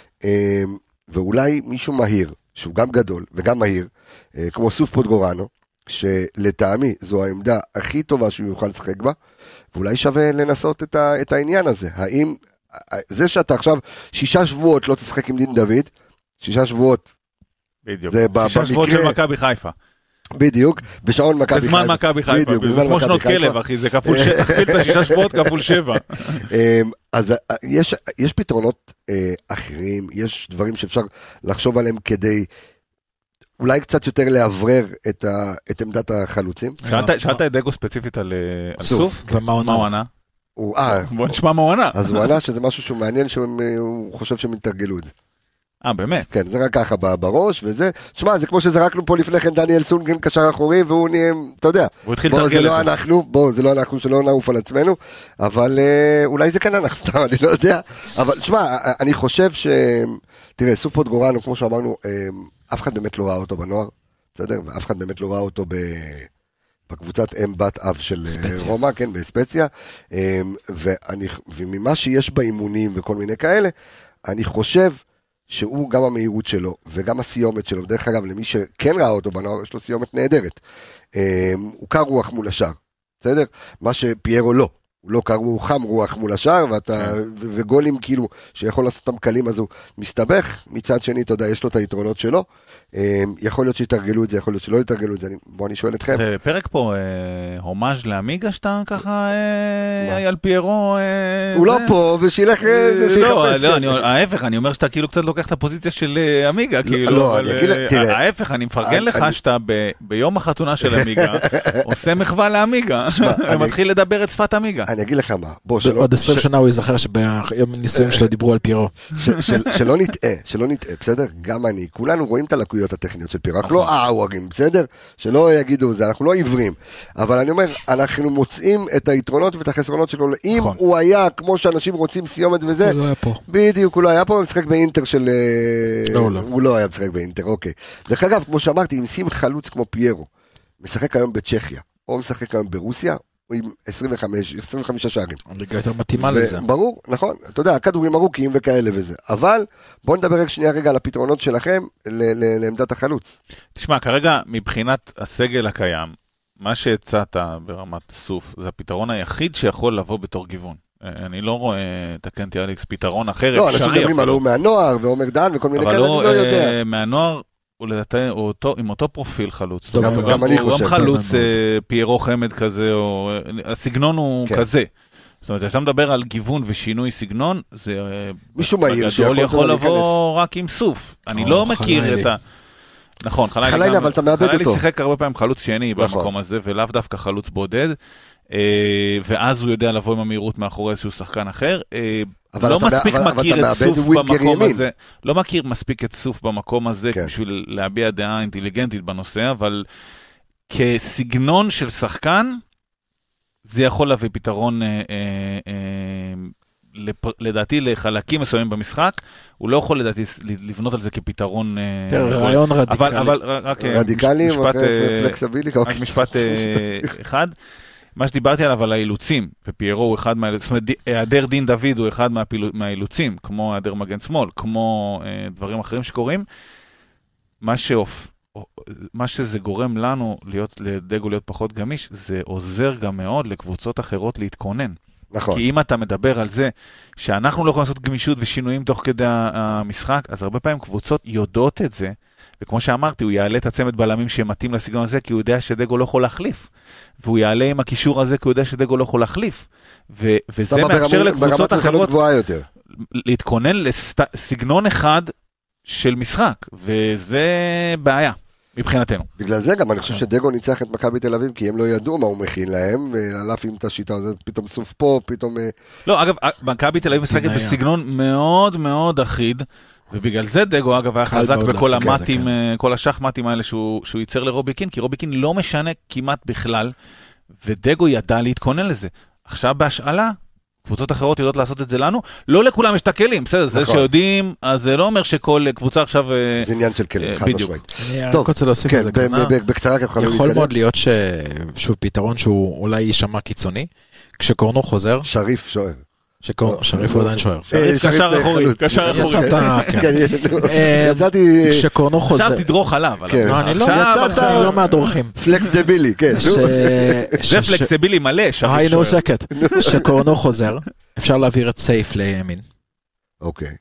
ואולי מישהו מהיר, שהוא גם גדול וגם מהיר, כמו סוף פוטגורנו, שלטעמי זו העמדה הכי טובה שהוא יוכל לשחק בה, ואולי שווה לנסות את, ה, את העניין הזה. האם זה שאתה עכשיו שישה שבועות לא תשחק עם דין דוד, שישה שבועות, בדיוק, שישה שבועות של מכבי חיפה. בדיוק, בשעון מכבי חיפה. בזמן מכבי חיפה, זה כמו שנות כלב, אחי, זה כפול תכפיל את השישה שבועות כפול שבע. אז יש, יש פתרונות אחרים, יש דברים שאפשר לחשוב עליהם כדי אולי קצת יותר לעברר את, ה, את עמדת החלוצים. שאלת את דגו ספציפית על סוף? ומה הוא ענה? בוא נשמע מה הוא ענה. אז הוא ענה שזה משהו שהוא מעניין, שהוא חושב שהם יתרגלו את זה. אה, באמת? כן, זה רק ככה בראש, וזה, תשמע, זה כמו שזרקנו פה לפני כן דניאל סונגרן קשר אחורי, והוא נהיה, אתה יודע, הוא התחיל לתרגל את זה. בואו, זה לא אנחנו שלא נעוף על עצמנו, אבל אולי זה כן אנחנו סתם, אני לא יודע, אבל תשמע, אני חושב ש... תראה, סוף פוטגורנו, כמו שאמרנו, אף אחד באמת לא ראה אותו בנוער, בסדר? ואף אחד באמת לא ראה אותו ב... בקבוצת אם בת אב של רומא, כן, בספציה, ואני, וממה שיש באימונים וכל מיני כאלה, אני חושב שהוא גם המהירות שלו, וגם הסיומת שלו, דרך אגב, למי שכן ראה אותו בנוער, יש לו סיומת נהדרת, הוא קר רוח מול השאר, בסדר? מה שפיירו לא, הוא לא קר, הוא חם רוח מול השאר, ואתה, וגולים כאילו, שיכול לעשות אותם קלים, אז הוא מסתבך, מצד שני, אתה יודע, יש לו את היתרונות שלו, יכול להיות שיתרגלו את זה, יכול להיות שלא יתרגלו את זה, בואו אני שואל אתכם. זה פרק פה, הומאז' לאמיגה שאתה ככה, על פיירו, הוא לא פה, ושילך, לא, לא, ההפך, אני אומר שאתה כאילו קצת לוקח את הפוזיציה של אמיגה, כאילו, ההפך, אני מפרגן לך שאתה ביום החתונה של אמיגה, עושה מחווה לאמיגה, ומתחיל לדבר את שפת אמיגה. אני אגיד לך מה, עוד עשרים שנה הוא יזכר שביום ניסויים שלו דיברו על פיירו. שלא נטעה, שלא נטעה, בסדר? גם אני, כולנו רואים את הלקויות הטכניות של פיירו, אנחנו לא אהורים, בסדר? שלא יגידו זה, אנחנו לא עיוורים, אבל אני אומר, אנחנו מוצאים את היתרונות ואת החסרונות שלו, אם הוא היה כמו שאנשים רוצים סיומת וזה, הוא לא היה פה. בדיוק, הוא לא היה פה, הוא משחק באינטר של... הוא לא היה משחק באינטר, אוקיי. דרך אגב, כמו שאמרתי, אם שים חלוץ כמו פיירו, משחק היום בצ'כיה, או משחק היום ברוסיה, עם עשרים וחמישה שערים. הליגה יותר מתאימה לזה. ברור, נכון. אתה יודע, הכדורים ארוכים וכאלה וזה. אבל בואו נדבר רק שנייה רגע על הפתרונות שלכם לעמדת החלוץ. תשמע, כרגע מבחינת הסגל הקיים, מה שהצעת ברמת סוף, זה הפתרון היחיד שיכול לבוא בתור גיוון. אני לא רואה, תקנתי אליקס, פתרון אחר אפשרי. לא, אנשים מדברים עליו מהנוער ועומר דן וכל מיני כאלה, אני לא יודע. אבל מהנוער, הוא לדעתי, עם אותו פרופיל חלוץ. גם אני חושב. גם חלוץ פיירו חמד כזה, הסגנון הוא כזה. זאת אומרת, כשאתה מדבר על גיוון ושינוי סגנון, זה בגדול יכול לבוא רק עם סוף. אני לא מכיר את ה... נכון, חלילה, אבל אתה מאבד אותו. חלילה שיחק הרבה פעם חלוץ שני במקום הזה, ולאו דווקא חלוץ בודד, ואז הוא יודע לבוא עם המהירות מאחורי איזשהו שחקן אחר. לא מספיק מכיר את סוף במקום הזה, לא מכיר מספיק את סוף במקום הזה, בשביל להביע דעה אינטליגנטית בנושא, אבל כסגנון של שחקן, זה יכול להביא פתרון, לדעתי, לחלקים מסוימים במשחק, הוא לא יכול לדעתי לבנות על זה כפתרון... רעיון רדיקלי. אבל רק רדיקלי, פלקסבילי. רק משפט אחד. מה שדיברתי עליו על האילוצים, ופיירו הוא אחד מהאילוצים, זאת אומרת, היעדר דין דוד הוא אחד מהאילוצים, כמו היעדר מגן שמאל, כמו דברים אחרים שקורים, מה שאופ... מה שזה גורם לנו להיות, לדגו להיות פחות גמיש, זה עוזר גם מאוד לקבוצות אחרות להתכונן. נכון. כי אם אתה מדבר על זה שאנחנו לא יכולים לעשות גמישות ושינויים תוך כדי המשחק, אז הרבה פעמים קבוצות יודעות את זה, וכמו שאמרתי, הוא יעלה את הצמד בלמים שמתאים לסגנון הזה, כי הוא יודע שדגו לא יכול להחליף. והוא יעלה עם הקישור הזה, כי הוא יודע שדגו לא יכול להחליף. ו- וזה מאפשר לקבוצות אחרות להתכונן לסגנון אחד של משחק, וזה בעיה. מבחינתנו. בגלל זה גם אני חושב שדגו ניצח את מכבי תל אביב, כי הם לא ידעו מה הוא מכין להם, ועלף עם את השיטה הזאת, פתאום סוף פה, פתאום... לא, אגב, מכבי תל אביב משחקת בסגנון מאוד מאוד אחיד, ובגלל זה דגו, אגב, היה חזק בכל המטים, כל השחמטים האלה שהוא ייצר לרוביקין, כי רוביקין לא משנה כמעט בכלל, ודגו ידע להתכונן לזה. עכשיו בהשאלה, קבוצות אחרות יודעות לעשות את זה לנו, לא לכולם יש את הכלים, בסדר, זה שיודעים, אז זה לא אומר שכל קבוצה עכשיו... זה עניין של כלים, חד משמעית. אני רק רוצה להוסיף את זה קטנה, יכול מאוד להיות שהוא פתרון שהוא אולי יישמע קיצוני, כשקורנו חוזר... שריף שוער. שריף הוא עדיין שוער. קשר אחורי, קשר אחורי. יצאת, כן. יצאתי... כשקורנו חוזר... עכשיו תדרוך עליו. אני לא מהדורכים. פלקס דבילי, כן. זה פלקסיבילי מלא, שריף שוער. היינו שקט. כשקורנו חוזר, אפשר להעביר את סייף לימין. אוקיי.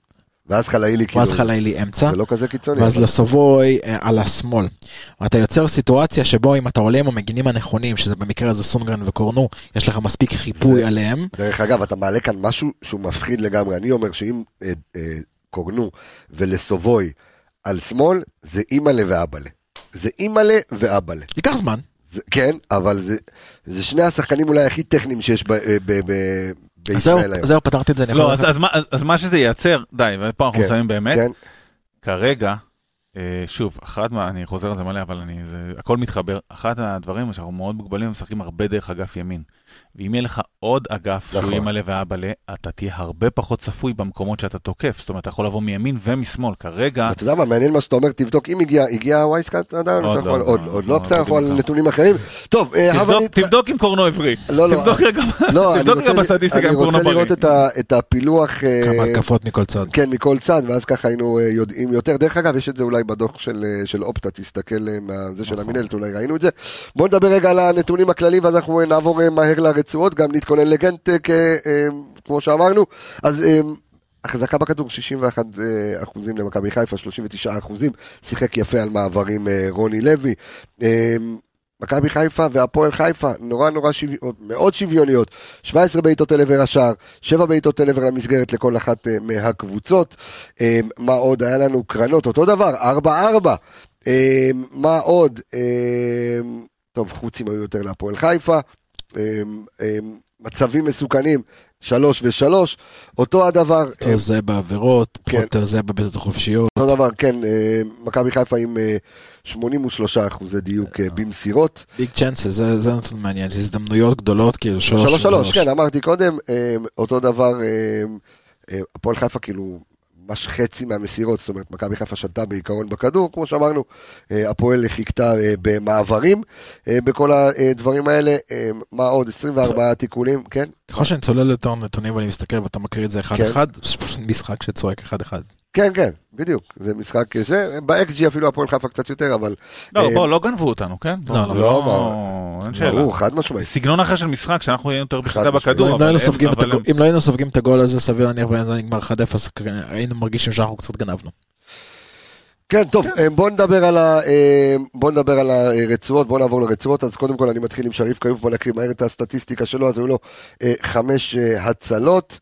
ואז חלאילי כאילו... ואז חלאילי אמצע. זה לא כזה קיצוני. ואז לסובוי על השמאל. ואתה יוצר סיטואציה שבו אם אתה עולה עם המגינים הנכונים, שזה במקרה הזה סונגרן וקורנו, יש לך מספיק חיפוי עליהם. דרך אגב, אתה מעלה כאן משהו שהוא מפחיד לגמרי. אני אומר שאם אה, אה, קורנו ולסובוי על שמאל, זה אימאלה ואבאלה. זה אימאלה ואבאלה. ייקח זמן. זה, כן, אבל זה, זה שני השחקנים אולי הכי טכניים שיש ב, ב, ב, בישראל היום. זהו, פתרתי את זה. לא, אז, אז, אז, אז מה שזה ייצר, די, ופה אנחנו שמים באמת, כן. כרגע, שוב, אחת מה, אני חוזר על זה מלא, אבל אני, זה, הכל מתחבר, אחת הדברים שאנחנו מאוד מוגבלים, משחקים הרבה דרך אגף ימין. ואם יהיה לך עוד אגף נכון. שהוא אימאלה ואבאלה, אתה תהיה הרבה פחות צפוי במקומות שאתה תוקף. זאת אומרת, אתה יכול לבוא מימין ומשמאל. כרגע... אתה יודע מה, מעניין מה שאתה אומר, תבדוק, אם הגיע, הגיע וייסקאט עדיין, עוד לא, עוד, עוד לא, בסדר, אנחנו על נתונים אחרים. טוב, תבדוק עם קורנו עברי. לא, לא. תבדוק רגע, תבדוק רגע בסטטיסטיקה עם קורנו בריא. אני רוצה לראות את הפילוח... כמה התקפות מכל צד. כן, מכל צד, ואז ככה היינו יודעים יותר. דרך אגב, יש את זה אולי בדוח של אופטה, תסתכל מהזה של המינהלת, אולי ראינו את זה. בואו נדבר רגע על הנתונים הכלליים, ואז אנחנו נעבור מהר לרצועות, גם נתכונן לגנט, כמו שאמרנו. אז החזקה בכדור, שישים ואחד אחוזים למכבי חיפה, שלושים ותשעה אחוזים, שיחק יפה על מעברים רוני לוי. מכבי חיפה והפועל חיפה, נורא נורא שוויוניות, מאוד שוויוניות, שבע עשרה בעיטות אל עבר השער, שבע בעיטות אל עבר למסגרת לכל אחת מהקבוצות. מה עוד? היה לנו קרנות, אותו דבר, ארבע ארבע. מה עוד? טוב, חוצים היו יותר להפועל חיפה. מצבים מסוכנים, שלוש ושלוש, אותו הדבר. אותו זה בעבירות, פרוטר זה בבעיטות החופשיות. אותו דבר, כן, מכבי חיפה עם שמונים ושלושה אחוזי דיוק במסירות. ביג צ'אנסס, זה נתון מעניין, זה הזדמנויות גדולות, כאילו שלוש שלוש. שלוש, כן, אמרתי קודם, אותו דבר, הפועל חיפה כאילו, ממש חצי מהמסירות, זאת אומרת, מכבי חיפה שלטה בעיקרון בכדור, כמו שאמרנו, הפועל חיכתה במעברים, בכל הדברים האלה, מה עוד? עשרים וארבעה תיקולים, כן? ככל שאני צולל יותר נתונים ואני מסתכל ואתה מקריא את זה אחד אחד, זה פשוט משחק שצועק אחד אחד. כן, כן, בדיוק, זה משחק זה, ב-אקס ג'י אפילו הפועל חיפה קצת יותר, אבל... לא, בוא, לא גנבו אותנו, כן? לא, לא, לא, אין שאלה. ברור, חד משמעית. סגנון אחר של משחק, שאנחנו היינו יותר בשליטה בכדור, אבל... אם לא היינו סופגים את הגול הזה, סביר להניח וזה נגמר אחד אפס, היינו מרגישים שאנחנו קצת גנבנו. כן, טוב, בוא נדבר על ה... בוא נדבר על הרצועות, בוא נעבור לרצועות, אז קודם כל אני מתחיל עם שריף כיוף, בוא נקריא מהר את הסטטיסטיקה שלו, אז היו לו חמש הצלות,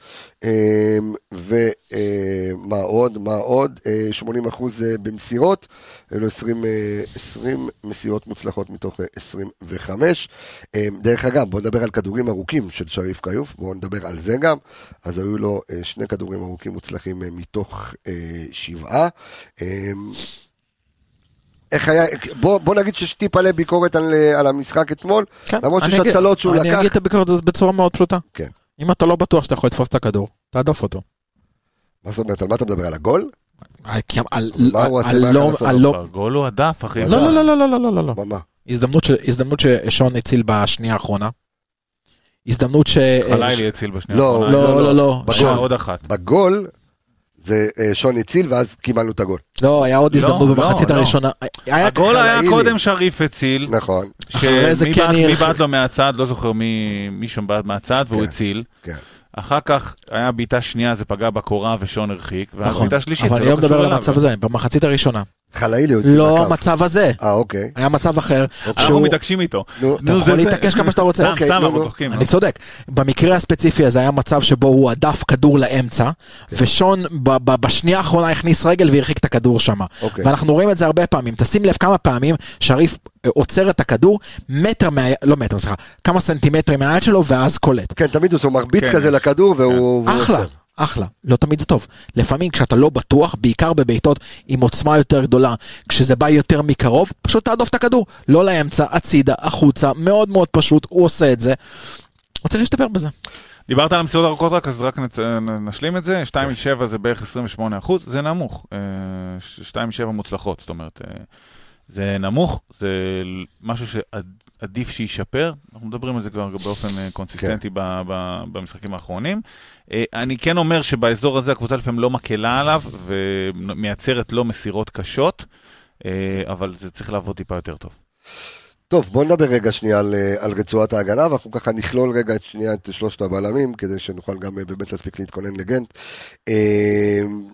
ומה עוד, מה עוד, שמונים אחוז במסירות, היו לו עשרים, עשרים מסירות מוצלחות מתוך עשרים וחמש, דרך אגב, בוא נדבר על כדורים ארוכים של שריף כיוף, בוא נדבר על זה גם, אז היו לו שני כדורים ארוכים מוצלחים מתוך שבעה, איך היה, בוא, בוא נגיד שטיפ עלי ביקורת על, על המשחק אתמול, כן, למרות שיש הצלות שהוא אני לקח. אני אגיד את הביקורת הזאת בצורה מאוד פשוטה. כן. אם אתה לא בטוח שאתה יכול לתפוס את הכדור, תעדוף אותו. מה זאת אומרת, על מה אתה מדבר? על הגול? על, על, מה הוא עושה? הגול הוא הדף, אחי. לא, לא, לא, לא, לא, לא, לא. מה? הזדמנות, ש, הזדמנות ששון הציל בשנייה האחרונה. הזדמנות ש... חלילי הציל בשנייה לא, האחרונה. לא, לא, לא. בגול, עוד אחת. בגול, זה שון הציל, ואז קיבלנו את הגול. לא, היה עוד הזדמנות במחצית הראשונה. הגול היה קודם שריף הציל. נכון. מי בעט לו מהצד, לא זוכר מי שם בעט מהצד, והוא הציל. כן. אחר כך היה בעיטה שנייה, זה פגע בקורה ושון הרחיק, והבעיטה שלישית, אבל אני לא מדבר על המצב הזה, במחצית הראשונה. חלילי הוא הציל לא המצב הזה. אה, אוקיי. היה מצב אחר. אנחנו מתעקשים איתו. אתה יכול להתעקש כמה שאתה רוצה. סתם, סתם, אנחנו צוחקים. אני צודק. במקרה הספציפי הזה היה מצב שבו הוא עדף כדור לאמצע, ושון בשנייה האחרונה הכניס רגל והרחיק את הכדור שם. ואנחנו רואים את זה הרבה פעמים. תשים לב כמה פעמים שריף עוצר את הכדור, מטר, לא מטר, סליחה, כמה סנטימטרים מהיד שלו, ואז קולט. כן, תמיד הוא מרביץ כזה לכדור, והוא... אחלה. אחלה, לא תמיד זה טוב. לפעמים כשאתה לא בטוח, בעיקר בביתות עם עוצמה יותר גדולה, כשזה בא יותר מקרוב, פשוט תעדוף את הכדור. לא לאמצע, הצידה, החוצה, מאוד מאוד פשוט, הוא עושה את זה. רוצה להשתפר בזה. דיברת על המסירות ארוכות רק, אז רק נשלים את זה. שתיים משבע זה בערך עשרים ושמונה אחוז, זה נמוך. שתיים משבע מוצלחות, זאת אומרת, זה נמוך, זה משהו שעדיף שישפר, אנחנו מדברים על זה כבר באופן קונסיסטנטי במשחקים האחרונים. אני כן אומר שבאזור הזה הקבוצה לפעמים לא מקלה עליו, ומייצרת לו מסירות קשות, אבל זה צריך לעבוד טיפה יותר טוב. טוב, בוא נדבר רגע שנייה על, על רצועת ההגנה, ואנחנו ככה נכלול רגע את שנייה את שלושת הבלמים, כדי שנוכל גם באמת להספיק להתכונן לגנט.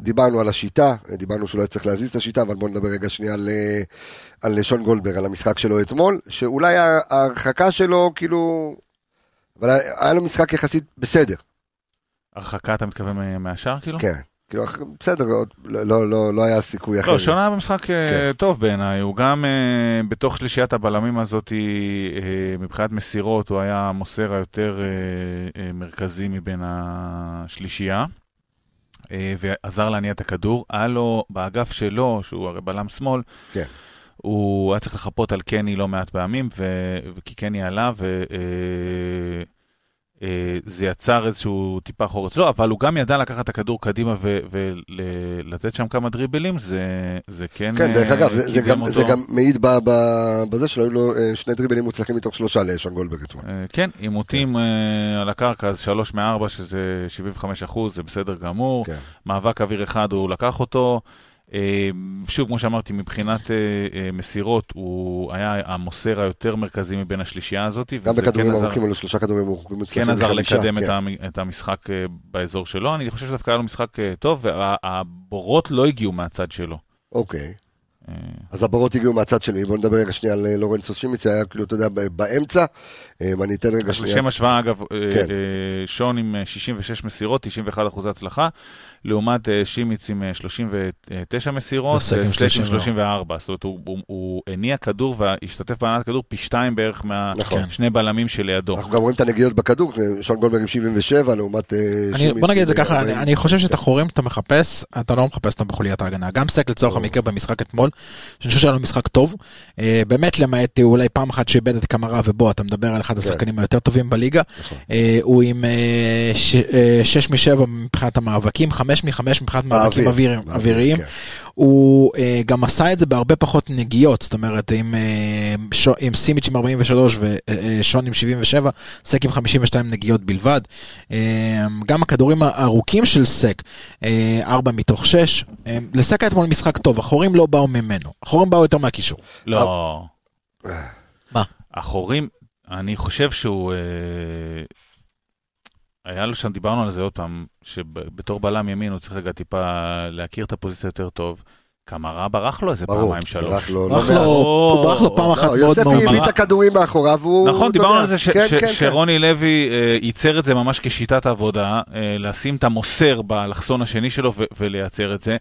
דיברנו על השיטה, דיברנו שלא צריך להזיז את השיטה, אבל בואו נדבר רגע שנייה על, על שון גולדברג, על המשחק שלו אתמול, שאולי ההרחקה שלו, כאילו, אבל היה לו משחק יחסית בסדר. הרחקה אתה מתכוון מהשאר, כאילו? כן. כאילו, בסדר, לא, לא, לא, לא היה סיכוי אחר. לא, שון היה במשחק כן. טוב בעיניי, הוא גם uh, בתוך שלישיית הבלמים הזאת, uh, מבחינת מסירות, הוא היה מוסר היותר uh, uh, מרכזי מבין השלישייה, uh, ועזר להניע את הכדור. היה לו באגף שלו, שהוא הרי בלם שמאל, כן. הוא היה צריך לחפות על קני לא מעט פעמים, ו- וכי קני עלה, ו... Uh, זה יצר איזשהו טיפה חורץ, לא, אבל הוא גם ידע לקחת את הכדור קדימה ולתת שם כמה דריבלים, זה כן... כן, דרך אגב, זה גם מעיד בזה שלא היו לו שני דריבלים מוצלחים מתוך שלושה לשון גולדברג. כן, עימותים על הקרקע, אז שלוש מארבע, שזה שבעים וחמישה אחוז, זה בסדר גמור, מאבק אוויר אחד, הוא לקח אותו, שוב, כמו שאמרתי, מבחינת מסירות, הוא היה המוסר היותר מרכזי מבין השלישייה הזאת. גם בכדורים ארוכים, אלו שלושה כדורים ארוכים. כן עזר לקדם את המשחק באזור שלו. אני חושב שדווקא היה לו משחק טוב, והבורות לא הגיעו מהצד שלו. אוקיי. אז הבורות הגיעו מהצד שלי. בואו נדבר רגע שנייה על לורנצו שימיץ, היה כאילו, אתה יודע, באמצע. אני אתן רגע שנייה. לשם השוואה, אגב, שון עם שישים ושש מסירות, תשעים ואחד אחוז הצלחה. לעומת שימיץ עם שלושים ותשע מסירות, סק עם שלושים וארבע. זאת אומרת, הוא, הוא, הוא הניע כדור והשתתף בהנעת כדור פי שתיים בערך מהשני בלמים שלידו. אנחנו גם רואים את הנגיעות בכדור, שון גולדברג עם שבעים ושבע, לעומת שימיץ. בוא נגיד את זה ככה, אני, אני חושב שאת החורים אתה מחפש, אתה לא מחפש אותם בחוליית ההגנה. גם סק לצורך המקרה במשחק אתמול, שאני חושב שהיה לו משחק טוב, באמת למעט אולי פעם אחת שאיבד את קמרה, ובו אתה מדבר על אחד השחקנים היותר טובים בליגה. הוא עם שש משבע מבחינת המאבקים, חמש מחמש מבחינת מאבקים אוויריים. הוא גם עשה את זה בהרבה פחות נגיעות, זאת אומרת, עם סימיץ' עם ארבעים ושלוש ושון עם שבעים ושבע, סק עם חמישים ושתיים נגיעות בלבד. גם הכדורים הארוכים של סק, ארבע מתוך שש, לסק היה אתמול משחק טוב, החורים לא באו ממנו, החורים באו יותר מהקישור. לא. מה? החורים, אני חושב שהוא... היה לו שם, דיברנו על זה עוד פעם, שבתור בלם ימין הוא צריך רגע טיפה להכיר את הפוזיציה יותר טוב. קמרה ברח לו איזה פעמיים שלוש. ברח לו פעם אחת מאוד מאוד. יוסף הביא את הכדורים מאחוריו. נכון, דיברנו על זה שרוני לוי ייצר את זה ממש כשיטת עבודה, לשים את המוסר באלכסון השני שלו ולייצר את זה.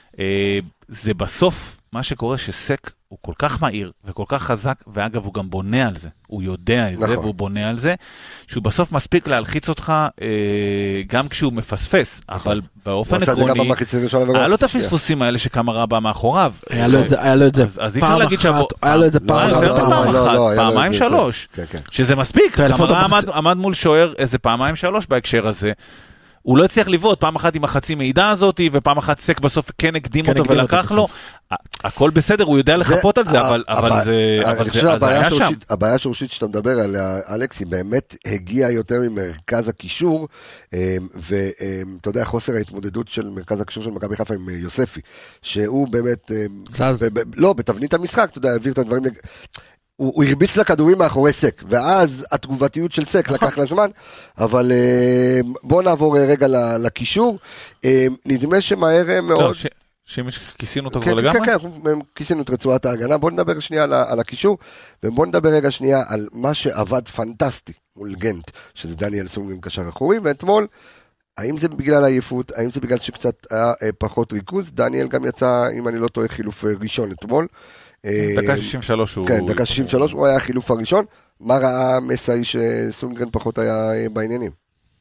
זה בסוף מה שקורה שסק הוא כל כך מהיר וכל כך חזק, ואגב הוא גם בונה על זה, הוא יודע את זה והוא בונה על זה, שהוא בסוף מספיק להלחיץ אותך גם כשהוא מפספס, אבל באופן עקרוני, היה לו את הפספוסים האלה שקמרה בא מאחוריו. היה לו את זה פעם אחת, היה לו את זה פעם אחת, פעמיים שלוש, שזה מספיק, קמרה עמד מול שוער איזה פעמיים שלוש בהקשר הזה, הוא לא הצליח לבעוט, פעם אחת עם החצי מידע הזאת, ופעם אחת סק בסוף כן הקדים אותו ולקח לו, הכל בסדר, הוא יודע לחפות על זה, אבל זה היה שם. הבעיה השורשית שאתה מדבר עליה, אלכס, היא באמת הגיעה יותר ממרכז הקישור, ואתה יודע, חוסר ההתמודדות של מרכז הקישור של מכבי חיפה עם יוספי, שהוא באמת, לא, בתבנית המשחק, אתה יודע, העביר את הדברים, הוא, הוא הרביץ לכדורים מאחורי סק, ואז התגובתיות של סק לקח לזמן, אבל בואו נעבור רגע לקישור, נדמה שמהר מאוד... כיסינו אותו כבר לגמרי? כן, כן, כיסינו את רצועת ההגנה, בואו נדבר שנייה על הקישור, ובואו נדבר רגע שנייה על מה שעבד פנטסטי מול גנט, שזה דניאל סונגרן קשר אחורי, ואתמול, האם זה בגלל העייפות, האם זה בגלל שקצת היה פחות ריכוז, דניאל גם יצא, אם אני לא טועה, חילוף ראשון אתמול, דקה שישים ושלוש הוא... כן, דקה שישים ושלוש הוא היה החילוף הראשון. מה ראה מסאי שסונגרן פחות היה בעניינים?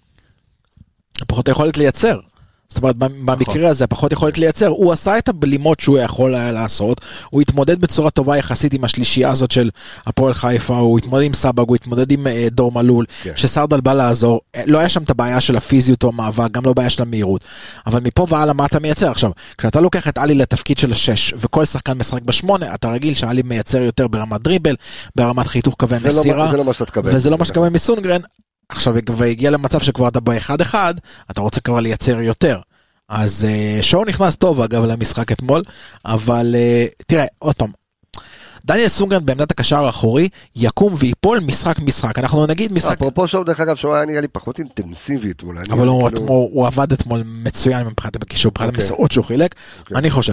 פחות היכולת לייצר. זאת אומרת, במקרה הזה, פחות יכולת לייצר. הוא עשה את הבלימות שהוא יכול היה לעשות, הוא התמודד בצורה טובה יחסית עם השלישייה הזאת של הפועל חיפה, הוא התמודד עם סבג, הוא התמודד עם דור מלול, שסרדל בא לעזור, לא היה שם את הבעיה של הפיזיות או המאבק, גם לא בעיה של המהירות, אבל מפה והלאה מה אתה מייצר? עכשיו, כשאתה לוקח את אלי לתפקיד של השש, וכל שחקן משחק בשמונה, אתה רגיל שאלי מייצר יותר ברמת דריבל, ברמת חיתוך קווי מסירה, וזה לא מה שקבל מסונגרן. עכשיו, והגיע למצב שכבר אתה באחד אחד, אתה רוצה כבר לייצר יותר. אז שואו נכנס טוב, אגב, למשחק אתמול, אבל תראה, עוד פעם, דניאל סונגרן בעמדת הקשר האחורי, יקום ויפול משחק משחק. אנחנו נגיד משחק... אפרופו שואו, דרך אגב, שהוא היה נראה לי פחות אינטנסיבי אתמול. אבל הוא עבד אתמול מצוין מבחינת הקישור, מבחינת המסעות שהוא חילק, אני חושב.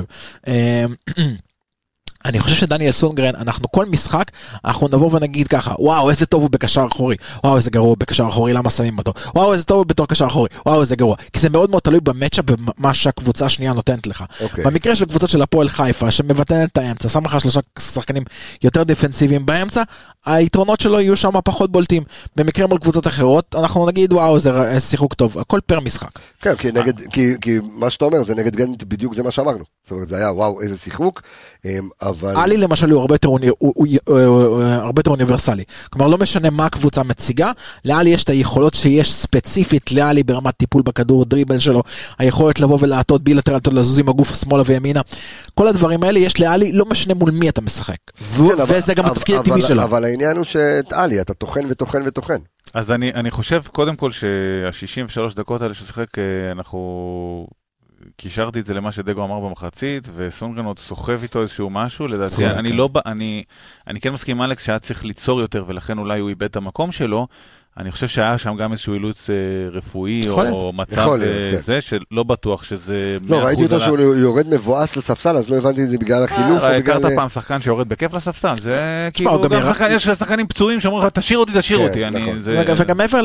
אני חושב שדניאל סונגרן, אנחנו כל משחק, אנחנו נבוא ונגיד ככה, וואו, איזה טוב הוא בקשר אחורי, וואו, איזה גרוע הוא בקשר אחורי, למה שמים אותו, וואו, איזה טוב הוא בתור קשר אחורי, וואו, איזה גרוע, כי זה מאוד מאוד תלוי במצ'אפ ומה שהקבוצה השנייה נותנת לך. Okay. במקרה של קבוצות של הפועל חיפה, שמבטנת את האמצע, שם לך שלושה שחקנים יותר דיפנסיביים באמצע, היתרונות שלו יהיו שם פחות בולטים. במקרה מול קבוצות אחרות, אנחנו נגיד, וואו, זה שיחוק טוב, הכל פר משחק. כן, כי נגד, כי, כי מה שאתה אומר, זה נגד גנט, בדיוק זה מה שאמרנו. זאת אומרת, זה היה, וואו, איזה שיחוק, אבל... אלי למשל הוא הרבה יותר, הוא, הוא, הוא, הוא, הרבה יותר אוניברסלי. כלומר, לא משנה מה הקבוצה מציגה, לאלי יש את היכולות שיש ספציפית לאלי ברמת טיפול בכדור, דריבל שלו, היכולת לבוא ולעטות בילטרל, לזוז עם הגוף שמאלה וימינה. כל הדברים האלה יש לאלי, לא משנה מול מי אתה משחק. ו- כן, וזה אבל, גם התפקיד הטבעי שלו. אבל העניין הוא שאת אלי, אתה תוכן ותוכן ותוכן. אז אני, אני חושב קודם כל שה-שישים ושלוש דקות האלה ששחק, אנחנו... קישרתי את זה למה שדגו אמר במחצית, וסונגרן עוד סוחב איתו איזשהו משהו, לדעתי, אני לא, אני, אני כן מסכים עם אלכס שהיה צריך ליצור יותר, ולכן אולי הוא איבד את המקום שלו, אני חושב שהיה שם גם איזשהו אילוץ רפואי, או מצב זה, שלא בטוח שזה... לא, ראיתי אותו שהוא יורד מבואס לספסל, אז לא הבנתי את זה בגלל החילוף, או בגלל... הכרת פעם שחקן שיורד בכיף לספסל, זה כאילו, יש שחקנים פצועים שאומרים לך, תשאיר אותי, תשאיר אותי. וגם מעבר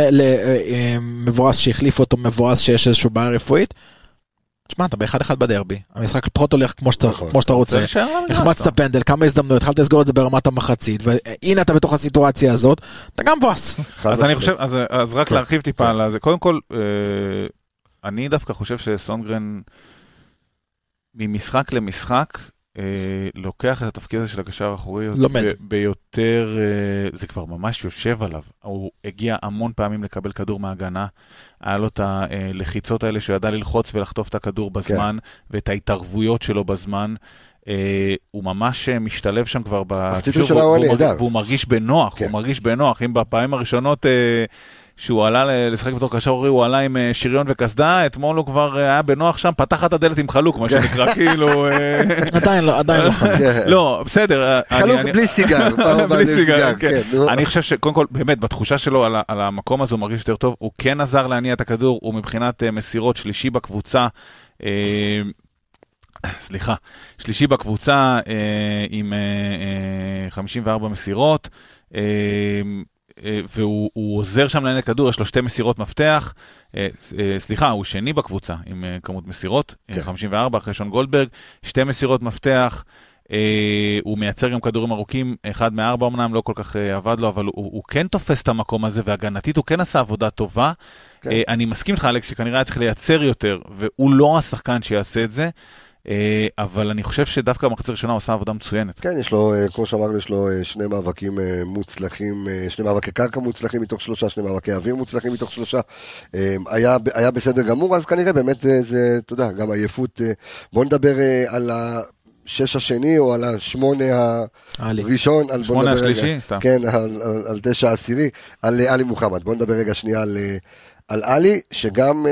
למבואס שהחליף אותו, מבואס שיש איזשהו בעיה רפואית, תשמע, אתה באחד אחד בדרבי, המשחק פחות הולך כמו שאתה רוצה, החמצת פנדל, כמה הזדמנויות, התחלת לסגור את זה ברמת המחצית, והנה אתה בתוך הסיטואציה הזאת, אתה גם בוס. אז אני חושב, אז רק להרחיב טיפה על זה, קודם כל, אני דווקא חושב שסונגרן, ממשחק למשחק, לוקח את התפקיד הזה של הקשר האחורי ביותר, זה כבר ממש יושב עליו, הוא הגיע המון פעמים לקבל כדור מהגנה, היה לו את הלחיצות האלה שהוא ידע ללחוץ ולחטוף את הכדור בזמן, ואת ההתערבויות שלו בזמן, הוא ממש משתלב שם כבר בקישור, והוא מרגיש בנוח, הוא מרגיש בנוח, אם בפעמים הראשונות שהוא עלה לשחק בתור קשר אחורי, הוא עלה עם שריון וכסדה, אתמול הוא כבר היה בנוח שם, פתח את הדלת עם חלוק, מה שנקרא, כאילו... עדיין לא, עדיין לא חלוק. לא, בסדר. חלוק בלי סיגר. בלי סיגר, כן. אני חושב שקודם כל, באמת, בתחושה שלו על המקום הזה הוא מרגיש יותר טוב, הוא כן עזר להניע את הכדור, הוא מבחינת מסירות שלישי בקבוצה, סליחה, שלישי בקבוצה עם חמישים וארבע מסירות, והוא עוזר שם לעניין הכדור, יש לו שתי מסירות מפתח, סליחה, הוא שני בקבוצה עם כמות מסירות, חמישים וארבע אחרי שון גולדברג, שתי מסירות מפתח, הוא מייצר גם כדורים ארוכים, אחד מארבע אמנם לא כל כך עבד לו, אבל הוא כן תופס את המקום הזה, והגנתית הוא כן עשה עבודה טובה, אני מסכים לך אלכס שכנראה היה צריך לייצר יותר, והוא לא השחקן שיעשה את זה, אבל אני חושב שדווקא במחצית הראשונה הוא עושה עבודה מצוינת. כן, יש לו, כמו שאמרנו, יש לו שני מאבקים מוצלחים, שני מאבקי קרקע מוצלחים מתוך שלושה, שני מאבקי אוויר מוצלחים מתוך שלושה. היה, היה בסדר גמור, אז כנראה באמת זה, אתה יודע, גם עייפות. בוא נדבר על השש השני או על השמונה הראשון. על שמונה השלישי, סתם. כן, על, על, על תשע העשירי, על אלי מוחמד. בוא נדבר רגע שנייה על... על אלי, שגם...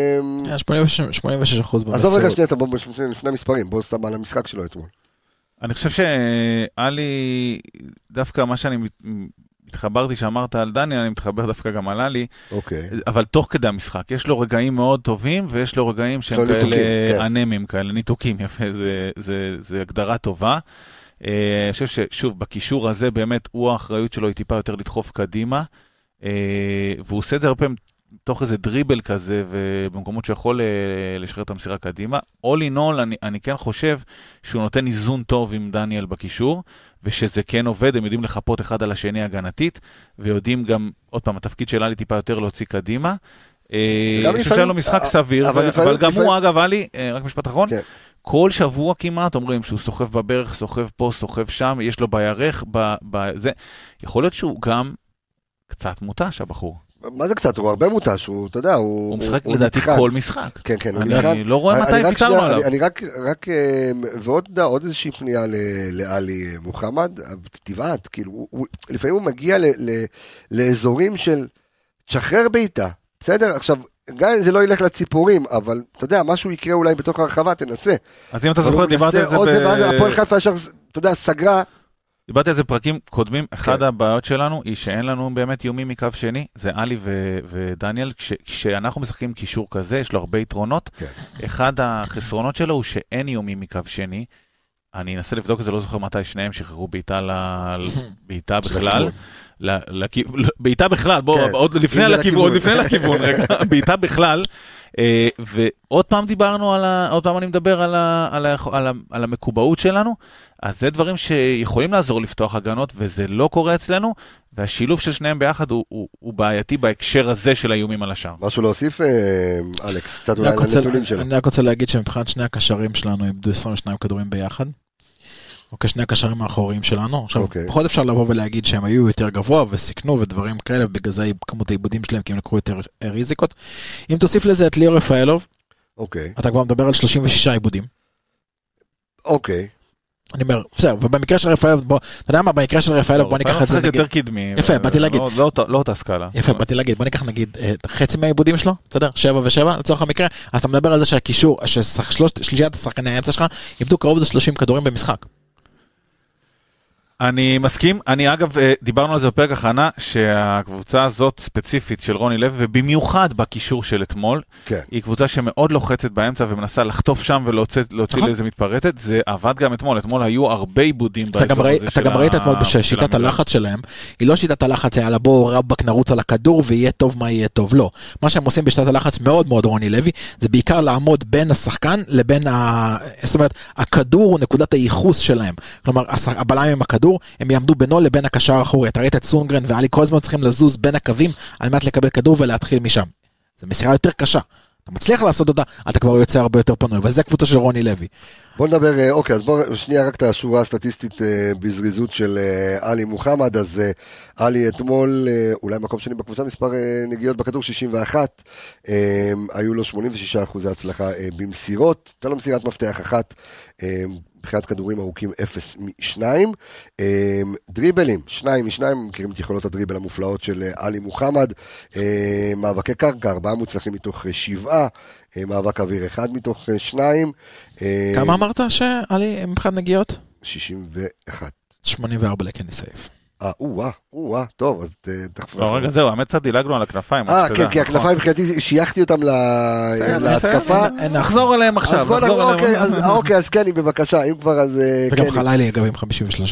שמונים ושש אחוז במסירות. עזוב רגע שנייה, בוא לפני המספרים, בוא סתם על המשחק שלו אתמול. אני חושב שאלי, דווקא מה שאני התחברתי שאמרת על דניאל, אני מתחבר דווקא גם על אלי, אבל תוך כדי המשחק, יש לו רגעים מאוד טובים, ויש לו רגעים שהם כאלה אנמים, כאלה ניתוקים, יפה, זה הגדרה טובה. אני חושב ששוב, בקישור הזה באמת, הוא האחריות שלו היא טיפה יותר לדחוף קדימה, והוא עושה את זה הרבה פעמים, תוך איזה דריבל כזה, ובמקומות שיכול לשחרר את המסירה קדימה. all in all, אני, אני כן חושב שהוא נותן איזון טוב עם דניאל בקישור, ושזה כן עובד, הם יודעים לחפות אחד על השני הגנתית, ויודעים גם, עוד פעם, התפקיד של אלי טיפה יותר להוציא קדימה. אני חושב שהיה לו משחק סביר, אבל, אבל, אבל גם לפעמים... הוא, אגב, אלי, רק משפט אחרון, כן. כל שבוע כמעט אומרים שהוא סוחב בברך, סוחב פה, סוחב שם, יש לו בירך, בזה. יכול להיות שהוא גם קצת מוטש, הבחור. מה זה קצת? הוא הרבה מוטש, הוא, אתה יודע, הוא... הוא משחק לדעתי כל משחק. כן, כן, הוא נתחן. אני לא רואה מתי פיתרנו עליו. אני רק, רק, ועוד איזושהי פנייה לאלי מוחמד, טבעת, כאילו, לפעמים הוא מגיע לאזורים של תשחרר ביתה, בסדר? עכשיו, גם אם זה לא ילך לציפורים, אבל אתה יודע, משהו יקרה אולי בתוך הרחבה, תנסה. אז אם אתה זוכר, דיברת על זה ב... הפועל חיפה ישר, אתה יודע, סגרה, דיברתי על זה פרקים קודמים, אחד הבעיות שלנו היא שאין לנו באמת איומים מקו שני, זה אלי ודניאל, כשאנחנו משחקים קישור כזה, יש לו הרבה יתרונות, אחד החסרונות שלו הוא שאין איומים מקו שני, אני אנסה לבדוק את זה, לא זוכר מתי שניהם שחררו בעיטה בכלל, בעיטה בכלל, עוד לפני לכיוון, בעיטה בכלל, ועוד פעם דיברנו, עוד פעם אני מדבר על המקובעות שלנו, אז זה דברים שיכולים לעזור לפתוח הגנות, וזה לא קורה אצלנו, והשילוב של שניהם ביחד הוא בעייתי בהקשר הזה של האיומים על השאר. משהו להוסיף, אלכס, קצת אולי לנתונים שלנו. אני רק רוצה להגיד שמבחינת שני הקשרים שלנו איבדו עשרים ושניים כדורים ביחד, אוקיי, שני הקשרים האחוריים שלנו. עכשיו, פחות אפשר לבוא ולהגיד שהם היו יותר גבוה וסיכנו ודברים כאלה, ובגלל זה כמות העיבודים שלהם, כי הם לקחו יותר ריזיקות. אם תוסיף לזה את ליאור רפאלוב, אתה כבר מדבר על שלושים ושישה עיבודים. אוקיי. אני אומר, בסדר, ובמקרה של רפאלוב, בוא, אתה יודע מה, במקרה של רפאלוב, בוא ניקח את זה, יותר קדמי. יפה, באתי להגיד. לא אותה סקאלה. יפה, באתי להגיד, בוא ניקח נגיד חצי מהעיבודים שלו, בסדר, שבע ושבע, לצורך המקרה, אז אתה מדבר על זה שהקישור, ששלישיית השחקני האמצע שלך, איבדו קרוב ל-שלושים כדורים במשחק. אני מסכים, אני אגב, דיברנו על זה בפרק הכנה, שהקבוצה הזאת ספציפית של רוני לוי, ובמיוחד בקישור של אתמול, כן. היא קבוצה שמאוד לוחצת באמצע, ומנסה לחטוף שם ולהוציא לאיזה מתפרצת, זה עבד גם אתמול, אתמול היו הרבה עיבודים באזור הזה של ה... אתה גם ראית אתמול ששיטת הלחץ שלהם, היא לא שיטת הלחץ, היה לה בוא רבק נרוץ על הכדור, ויהיה טוב מה יהיה טוב, לא. מה שהם עושים בשיטת הלחץ מאוד מאוד רוני לוי, זה בעיקר לעמוד בין השחקן לבין ה... זאת אומרת, הכדור הוא נקודת הייחוס שלהם. כלומר, הבלמים עם הכדור, הם יעמדו בינו לבין הקשר האחורי. אתה ראית את סונגרן ואלי כל הזמן צריכים לזוז בין הקווים על מנת לקבל כדור ולהתחיל משם. זו מסירה יותר קשה. אתה מצליח לעשות אותה, אתה כבר יוצא הרבה יותר פנוי, אבל זה הקבוצה של רוני לוי. בוא נדבר, אוקיי, אז בוא שנייה רק את השורה הסטטיסטית בזריזות של אלי מוחמד. אז אלי אתמול, אולי מקום שני בקבוצה, מספר נגיעות בכדור שישים ואחת, היו לו שמונים ושישה אחוז הצלחה במסירות, אתה לא מסירת מפתח אחת, בחיית כדורים ארוכים אפס משניים, דריבלים, שניים משניים, מכירים את יכולות הדריבל המופלאות של אלי מוחמד, מאבקי קרקע, ארבעה מוצלחים מתוך שבעה, מאבק אוויר אחד מתוך שניים. כמה אמרת שאלי מבחינת נגיעות? שישים ואחת. שמונים וארבע לקני סייף. אה, או-אה, או-אה, טוב, אז תכף... לא, רגע, זהו, האמת קצת דילגנו על הכנפיים. אה, כן, כי הכנפיים מבחינתי, שייכתי אותם להתקפה. נחזור אליהם עכשיו, נחזור אליהם. אוקיי, אז קני, בבקשה, אם כבר אז... וגם חלילי, אגב, עם חמישים ושלוש.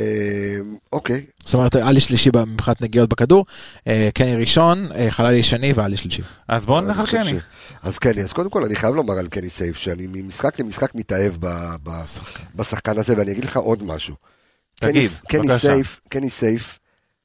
אוקיי. זאת אומרת, אלי שלישי מבחינת נגיעות בכדור, קני ראשון, חלילי שני ואלי שלישי. אז בואו נלך על קני. אז קני, אז קודם כל אני חייב לומר על קני סייף, שאני ממשחק למשחק מתאהב בשחקן הזה, ואני אגיד לך עוד משהו. תגיד, קני סייף, קני סייף,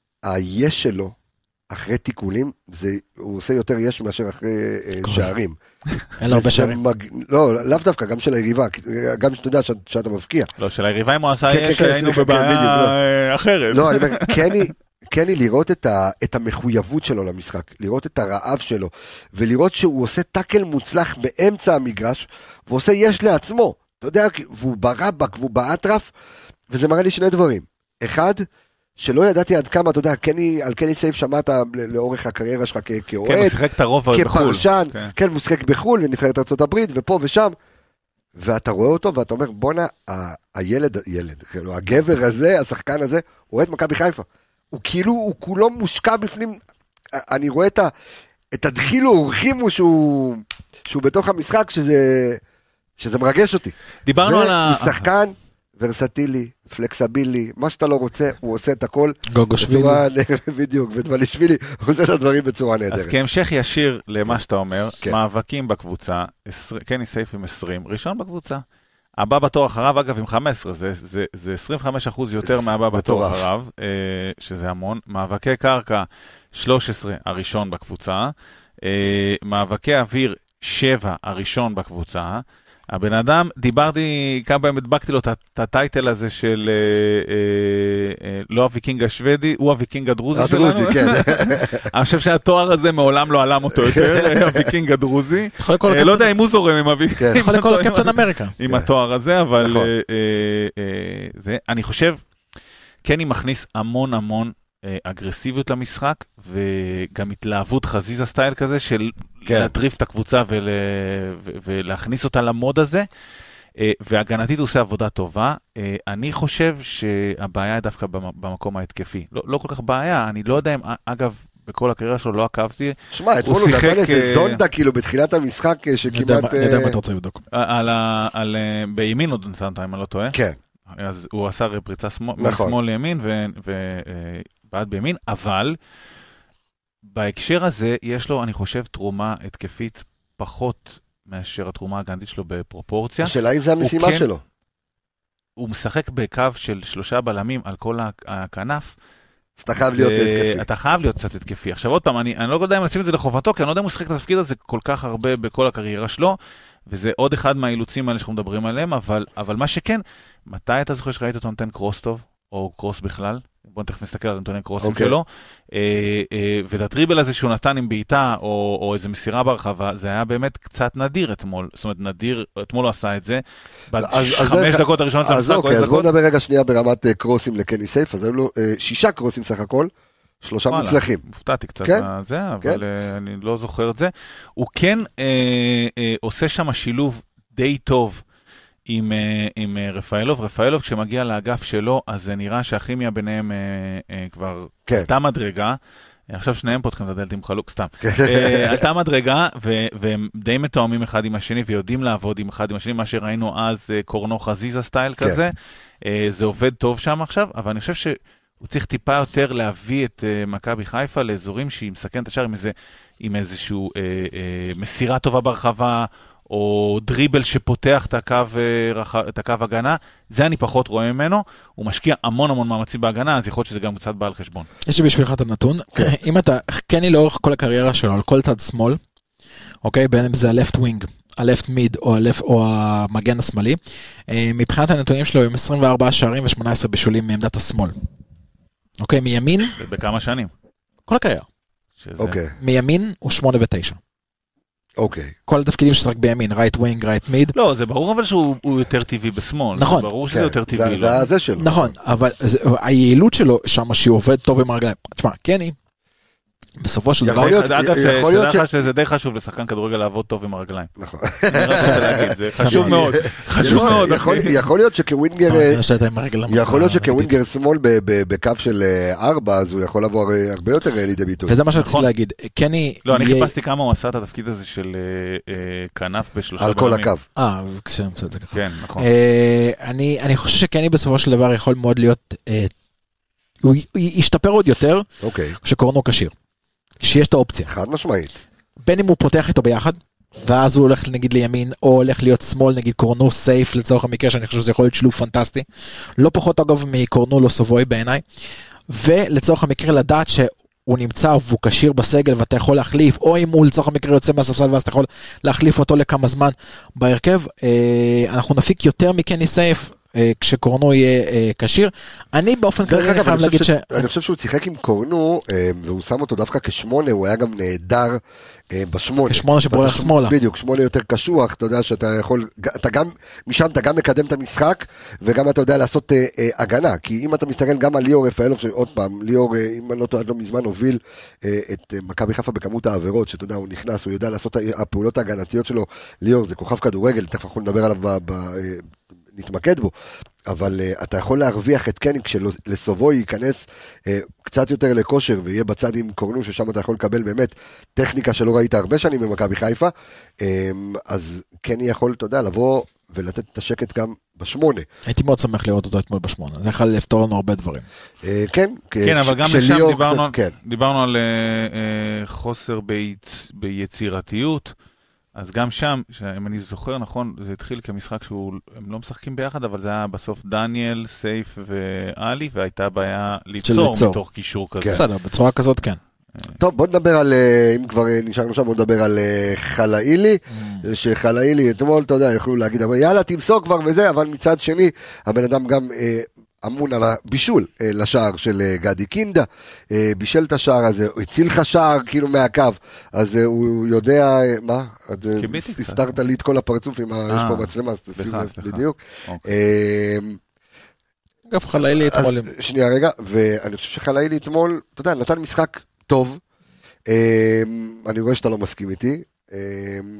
היש שלו, אחרי תיקולים, הוא עושה יותר יש מאשר אחרי שערים. אין לו הרבה שערים. לא, לאו דווקא, גם של היריבה, גם שאתה יודע שאתה מבקיע. לא, של היריבה אם הוא עשה יש, היינו בבעיה אחרת. לא, אני אומר, קני, קני לראות את המחויבות שלו למשחק, לראות את הרעב שלו, ולראות שהוא עושה טאקל מוצלח באמצע המגרש, ועושה יש לעצמו. אתה יודע, והוא ברבק, והוא באטרף, וזה מראה לי שני דברים. אחד, שלא ידעתי עד כמה, אתה יודע, קני, על קני סייף שמעת לאורך הקריירה שלך כאוהד, כן, הוא שיחק את הרוב בחול. כפרשן, כן. כן, הוא שיחק בחול, ונבחרת ארצות הברית, ופה ושם, ואתה רואה אותו, ואתה אומר, בונה, ה- הילד, ילד, כאילו, הגבר הזה, השחקן הזה, הוא רואה את מכבי חיפה. הוא כאילו, הוא כולו מושקע בפנים, אני רואה את, ה, את הדחילו, הוא רחימו שהוא, שהוא בתוך המשחק, שזה, שזה מרגש אותי. דיברנו על ה... הוא שחקן, ורסטילי, פלקסבילי, מה שאתה לא רוצה, הוא עושה את הכל גוגושווילי. בצורה, בדיוק, ודבלישווילי, הוא עושה את הדברים בצורה נהדרת. אז כהמשך ישיר למה שאתה אומר, מאבקים בקבוצה, קני סייף עם עשרים, ראשון בקבוצה, הבא בתור אחריו, אגב עם חמש עשרה, זה עשרים וחמישה אחוז יותר מהבא בתור אחריו, שזה המון, מאבקי קרקע, שלוש עשרה הראשון בקבוצה, מאבקי אוויר, שבע הראשון בקבוצה, הבן אדם, דיברתי, כמה פעמים הדבקתי לו את הטייטל הזה של לא הוויקינג השוודי, הוא הוויקינג הדרוזי שלנו. הדרוזי, כן. אני חושב שהתואר הזה מעולם לא עלם אותו יותר, הוויקינג הדרוזי. לא יודע אם הוא זורם עם הוויקינג. יכול לקרוא לקפטן אמריקה. עם התואר הזה, אבל אני חושב, כן, היא מכניס המון המון אגרסיביות למשחק, וגם התלהבות חזיזה סטייל כזה, של להטריף את הקבוצה ולהכניס אותה למוד הזה. והגנתית עושה עבודה טובה. אני חושב שהבעיה היא דווקא במקום ההתקפי. לא, לא כל כך בעיה, אני לא יודע אם, אגב, בכל הקריירה שלו לא עקבתי. תשמע, אתמול הוא נתן איזה זונדה כאילו בתחילת המשחק שכמעט... אני יודע מה אתה רוצה לבדוק. בימין עוד נתן אותה, אם אני לא טועה. כן. אז הוא עשה פריצה משמאל לימין ובעד בימין, אבל בהקשר הזה יש לו, אני חושב, תרומה התקפית פחות מאשר התרומה הגנתית שלו בפרופורציה. השאלה אם זה המשימה שלו. הוא משחק בקו של שלושה בלמים על כל הכנף. אז אתה חייב להיות התקפי. אתה חייב להיות קצת התקפי. עכשיו עוד פעם, אני, אני לא יודע אם לשים את זה לחובתו, כי אני לא יודע אם הוא שחק את התפקיד הזה כל כך הרבה בכל הקריירה שלו, וזה עוד אחד מהאילוצים האלה שאנחנו מדברים עליהם, אבל, אבל מה שכן, מתי אתה זוכר שראית אותו נותן קרוס טוב, או קרוס בכלל? בואו תכף נסתכל על נתוני קרוסים okay. שלו, אה, אה, ואת הטריבל הזה שהוא נתן עם בעיטה, או, או איזו מסירה ברחבה, זה היה באמת קצת נדיר אתמול, זאת אומרת נדיר, אתמול הוא עשה את זה, בחמש דקות הראשונות של המשחק. אוקיי, אז בואו נדבר רגע שנייה ברמת קרוסים לקני סייף, אז היו לו אה, שישה קרוסים סך הכל, שלושה וואלה, מוצלחים. מופתעתי קצת כן? בזה, אבל כן? אה, אני לא זוכר את זה. הוא כן אה, אה, עושה שם שילוב די טוב, עם, עם רפאלוב, רפאלוב כשמגיע לאגף שלו, אז זה נראה שהכימיה ביניהם אה, אה, כבר כן. הייתה מדרגה, עכשיו שניהם פותחים את הדלת עם חלוק, סתם. אה, הייתה מדרגה, ו, והם די מתואמים אחד עם השני, ויודעים לעבוד עם אחד עם השני, מה שראינו אז אה, קורנו חזיזה סטייל כן. כזה, אה, זה עובד טוב שם עכשיו, אבל אני חושב שהוא צריך טיפה יותר להביא את אה, מכבי חיפה לאזורים שהיא מסכנת השאר עם, איזה, עם איזשהו אה, אה, מסירה טובה ברחבה, או דריבל שפותח את הקו, את הקו הגנה, זה אני פחות רואה ממנו, הוא משקיע המון המון מאמצים בהגנה, אז יכול להיות שזה גם קצת בעל חשבון. יש לי בשבילך את הנתון, אם אתה, קני לאורך כל הקריירה שלו, על כל צד שמאל, אוקיי, בין אם זה ה-left wing, ה-left mid, או, ה-left, או המגן השמאלי, מבחינת הנתונים שלו, הם עשרים וארבעה שערים ו-שמונה עשרה בישולים מעמדת השמאל. אוקיי, מימין? בכמה שנים? כל הקריירה. אוקיי. מימין הוא שמונה ותשע. אוקיי. כל התפקידים ששחק בימין, right wing, right mid. לא, זה ברור אבל שהוא יותר טבעי בשמאל. נכון. ברור שזה יותר טבעי. זה זה שלו. נכון, אבל היעילות שלו שם שהוא עובד טוב עם הרגליים. תשמע, קני, בסופו של דבר... אגב, שתדע לך שזה די חשוב לשחקן כדורגל לעבוד טוב עם הרגליים. נכון. זה חשוב מאוד. חשוב מאוד. יכול להיות שכווינגר... יכול להיות שכווינגר שמאל בקו של ארבע, אז הוא יכול לבוא הרבה יותר לידי ביטוי. וזה מה שרציתי להגיד. קני... לא, אני חיפשתי כמה הוא עשה את התפקיד הזה של כנף בשלושה על כל הקו. אה, כשנמצא את זה ככה. כן, נכון. אני חושב שקני בסופו של דבר יכול מאוד להיות... הוא ישתפר עוד יותר כשקורנו קשיר. שיש את האופציה. חד משמעית. בין אם הוא פותח איתו ביחד, ואז הוא הולך נגיד לימין, או הולך להיות שמאל, נגיד קורנו סייף לצורך המקרה, שאני חושב שזה יכול להיות שילוב פנטסטי. לא פחות אגב מקורנו לא סובוי בעיניי. ולצורך המקרה לדעת שהוא נמצא והוא קשיר בסגל, ואתה יכול להחליף, או אם הוא לצורך המקרה יוצא מהספסל, ואז אתה יכול להחליף אותו לכמה זמן בהרכב. אנחנו נפיק יותר מקני סייף, כשקורנו יהיה קשיר. אני באופן כללי חייב להגיד ש... אני חושב שהוא שיחק עם קורנו, והוא שם אותו דווקא כשמונה, הוא היה גם נהדר בשמונה. כשמונה שבורח שמאלה. בדיוק, שמונה יותר קשוח, אתה יודע שאתה יכול, אתה גם, משם אתה גם מקדם את המשחק, וגם אתה יודע לעשות הגנה, כי אם אתה מסתכל גם על ליאור רפאלוב, שעוד פעם, ליאור, אם אני לא טועה, עד לא מזמן הוביל את מכבי חיפה בכמות העבירות, שאתה יודע, הוא נכנס, הוא יודע לעשות הפעולות ההגנתיות שלו, ליאור, זה כוכב כדורגל, תכף אנחנו נדבר עליו ב... נתמקד בו, אבל uh, אתה יכול להרוויח את קני כשלסובו ייכנס uh, קצת יותר לכושר ויהיה בצד עם קורנו, ששם אתה יכול לקבל באמת טכניקה שלא ראית הרבה שנים במכבי חיפה, um, אז קני יכול, אתה יודע, לבוא ולתת את השקט גם בשמונה. הייתי מאוד שמח לראות אותו אתמול בשמונה, זה יכול לפתור לנו הרבה דברים. Uh, כן, כן, אבל גם שם דיברנו, כן. דיברנו על uh, uh, חוסר ביצ... ביצירתיות, אז גם שם, אם אני זוכר נכון, זה התחיל כמשחק שהם לא משחקים ביחד, אבל זה היה בסוף דניאל, סייף ואלי, והייתה בעיה ליצור מתוך קישור כזה. בסדר, בצורה כזאת כן. טוב, בוא נדבר על, אם כבר נשארנו שם, בוא נדבר על חלאילי, שחלאילי אתמול, אתה יודע, יכלו להגיד, יאללה, תמסור כבר וזה, אבל מצד שני, הבן אדם גם... אמון על הבישול לשער של גדי קינדה, בישל את השער הזה, הוא הציל לך שער כאילו מהקו, אז הוא יודע, מה? הסתרת לי את כל הפרצוף, יש פה מצלמה, אז תשים לב בדיוק. אגב, חלאילי אתמול. שנייה רגע, ואני חושב שחלאילי אתמול, אתה יודע, נתן משחק טוב, אני רואה שאתה לא מסכים איתי,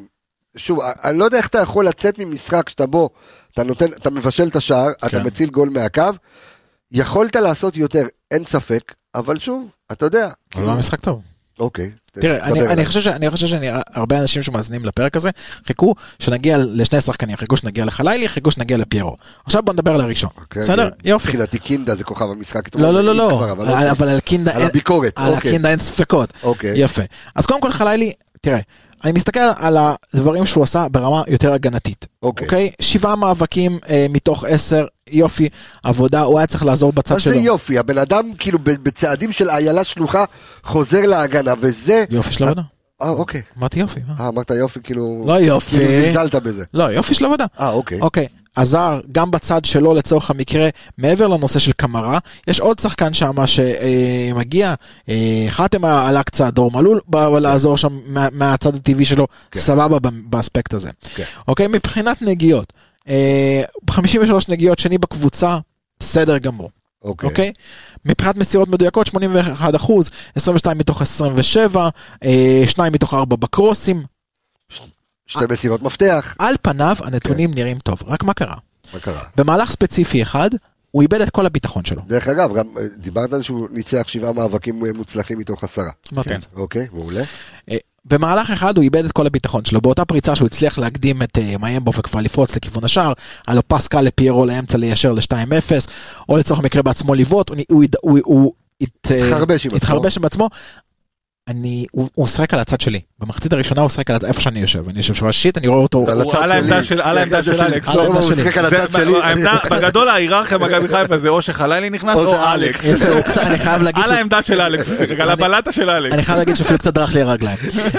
שוב, אני לא יודע איך אתה יכול לצאת ממשחק שאתה בו, אתה נותן, אתה מבשל את השער, כן. אתה מציל גול מהקו, יכולת לעשות יותר, אין ספק, אבל שוב, אתה יודע. אבל כאילו... לא המשחק טוב. אוקיי. תראה, אני, אני חושב שאני חושב שאני, הרבה אנשים שמאזינים לפרק הזה, חיכו שנגיע לשני שחקנים, חיכו שנגיע לחלילי, חיכו שנגיע לפיירו. עכשיו בוא נדבר על הראשון. בסדר? יופי. מבחינתי קינדה זה כוכב המשחק. לא, לא, לא, לא. אבל על קינדה אין, על הקינדה אין ספקות. יפה. אז קודם כל חלילי, תראה, אני מסתכל על הדברים שהוא עשה ברמה יותר הגנתית. אוקיי? שבעה מאבקים מתוך עשר, יופי, עבודה, הוא היה צריך לעזור בצד שלו. אז זה יופי, הבן אדם כאילו בצעדים של איילה שלוחה חוזר להגנה, וזה... יופי של עבודה. אה, אוקיי. אמרתי יופי. אה, אמרת יופי, כאילו... לא יופי. כאילו זלזלת בזה. לא, יופי של עבודה. אה, אוקיי. אוקיי, עזר גם בצד שלו לצורך המקרה, מעבר לנושא של קמרה, יש עוד שחקן שם שמגיע, חתם עלה קצת, דור מלול, בא לעזור שם מהצד הטבעי שלו, סבבה באספקט הזה. אוקיי, מבחינת נגיעות, חמישים ושלוש נגיעות שני בקבוצה, בסדר גמור. אוקיי. אוקיי? מבחינת מסירות מדויקות, שמונים ואחד אחוז, עשרים ושתיים מתוך עשרים ושבע, שניים מתוך ארבע בקרוסים. שתי מסירות מפתח. על פניו הנתונים נראים טוב, רק מה קרה? מה קרה? במהלך ספציפי אחד, הוא איבד את כל הביטחון שלו. דרך אגב, גם דיברת על שהוא ניצח שבעה מאבקים מוצלחים מתוך עשרה. כן. אוקיי, מעולה. במהלך אחד הוא איבד את כל הביטחון שלו, באותה פריצה שהוא הצליח להקדים את מיימבו וכבר לפרוץ לכיוון השער, היה לו פס קל לפיירו לאמצע ליישר ל-שתיים אפס, או לצורך המקרה בעצמו לבעוט, הוא התחרבש עם עצמו, אני, הוא, הוא שחק על הצד שלי. במחצית הראשונה הוא שחק על איפה שאני יושב. אני יושב שורה שיט, אני רואה אותו... על העמדה של אלכס. הוא שחק על הצד שלי. בגדול ההיררכיה מכבי חיפה זה או שחלילי נכנס או אלכס. אני חייב להגיד... על העמדה של אלכס, על הבלטה של אלכס. אני חייב להגיד שאפילו קצת דרך לי הרגליים.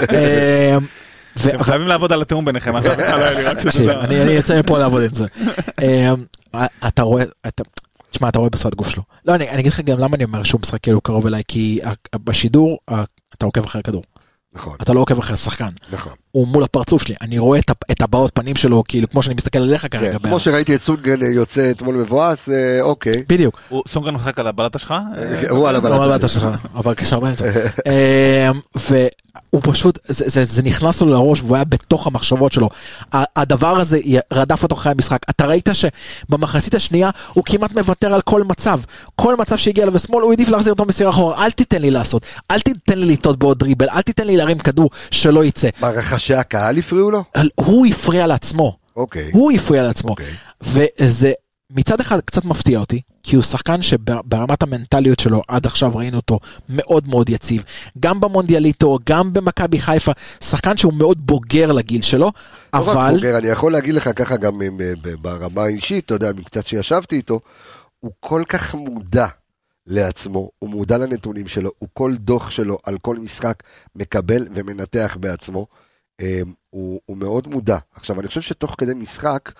אתם חייבים לעבוד על התיאום ביניכם. אני יוצא מפה לעבוד את זה. אתה רואה... תשמע, אתה רואה בשפת גוף שלו. לא, אני, אני אגיד לך גם למה אני אומר שהוא משחק כאילו קרוב אליי, כי בשידור אתה עוקב אחרי כדור. נכון. אתה לא עוקב אחרי שחקן. נכון. הוא מול הפרצוף שלי, אני רואה את, את הבעות פנים שלו, כאילו כמו שאני מסתכל עליך כרגע. כן, כמו שראיתי את סונגרן יוצא אתמול מבואס, אוקיי. בדיוק. סונגרן משחק על הבלטה שלך? הוא על הבלטה שלך, אבל קשר באמצע. והוא פשוט, זה, זה, זה נכנס לו לראש, והוא היה בתוך המחשבות שלו. הדבר הזה רדף אותו אחרי המשחק. אתה ראית שבמחצית השנייה הוא כמעט מוותר על כל מצב. כל מצב שהגיע לו ושמאל, הוא העדיף להחזיר אותו מסירה אחורה. אל תיתן לי לעשות. אל תיתן לי לטעות בעוד דריבל. אל תיתן לי להרים כדור שלא יצא. מה, רחשי הקהל הפריעו לו? הוא הפריע לעצמו. אוקיי. הוא הפריע לעצמו. וזה מצד אחד קצת מפתיע אותי, כי הוא שחקן שברמת המנטליות שלו, עד עכשיו ראינו אותו מאוד מאוד יציב. גם במונדיאליטו, גם במכבי חיפה, שחקן שהוא מאוד בוגר לגיל שלו, אבל... לא רק בוגר, אני יכול להגיד לך ככה גם ברמה האישית, אתה יודע, מקצת שישבתי איתו, הוא כל כך מודע לעצמו, הוא מודע לנתונים שלו, הוא כל דוח שלו על כל משחק מקבל ומנתח בעצמו, הוא, הוא מאוד מודע. עכשיו, אני חושב שתוך כדי משחק,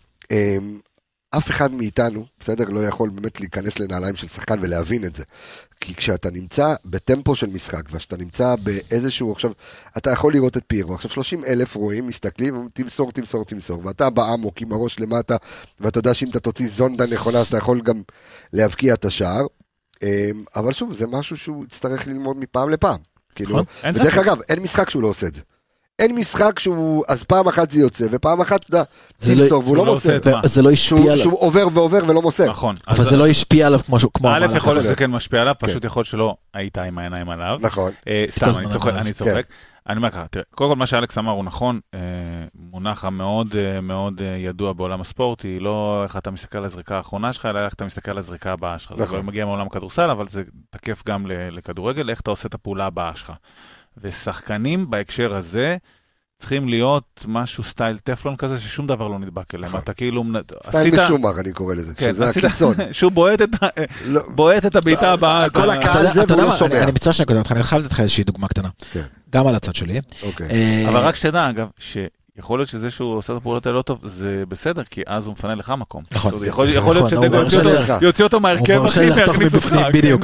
אף אחד מאיתנו, בסדר, לא יכול באמת להיכנס לנעליים של שחקן ולהבין את זה. כי כשאתה נמצא בטמפו של משחק, וכשאתה נמצא באיזשהו, עכשיו, אתה יכול לראות את פיירו, עכשיו שלושים אלף רואים, מסתכלים, תמסור, תמסור, תמסור, ואתה בעמוק עם הראש למטה, ואתה יודע שאם אתה תוציא זונדה נכונה, אז אתה יכול גם להבקיע את השער, אבל שוב, זה משהו שהוא יצטרך ללמוד מפעם לפעם. כאילו, בדרך אגב, אין משחק שהוא לא עושה את זה. אין משחק שהוא, אז פעם אחת זה יוצא, ופעם אחת, אתה יודע, תמסור, והוא לא מוסר. זה לא השפיע עליו. שהוא עובר ועובר ולא מוסר. נכון. אבל זה לא השפיע עליו כמו... א' יכול להיות שזה כן משפיע עליו, פשוט יכול שלא היית עם העיניים עליו. נכון. סתם, אני צוחק. אני אומר ככה, תראה, קודם כל מה שאלכס אמר הוא נכון, מונח המאוד מאוד ידוע בעולם הספורט, היא לא איך אתה מסתכל על הזריקה האחרונה שלך, אלא איך אתה מסתכל על הזריקה הבאה שלך. זה לא מגיע מעולם הכדורסל, אבל זה תקף גם לכדורגל, איך אתה עושה את הפעולה הבאה שלך. ושחקנים בהקשר הזה צריכים להיות משהו סטייל טפלון כזה, ששום דבר לא נדבק אליהם. אתה כאילו... סטייל משומר, אני קורא לזה, שזה הקיצון. שהוא בועט את הביתה הבאה. כל הקהל זה והוא לא שומע. אני מצטער שאני קודם, אני חייב לתת לך איזושהי דוגמה קטנה. גם על הצד שלי. אבל רק שתדע, אגב, שיכול להיות שזה שהוא עושה את הפעולות האלה לא טוב, זה בסדר, כי אז הוא מפנה לך מקום. נכון. יכול להיות שיוציא אותו מהרכב הכי ויכניס אותך. בדיוק.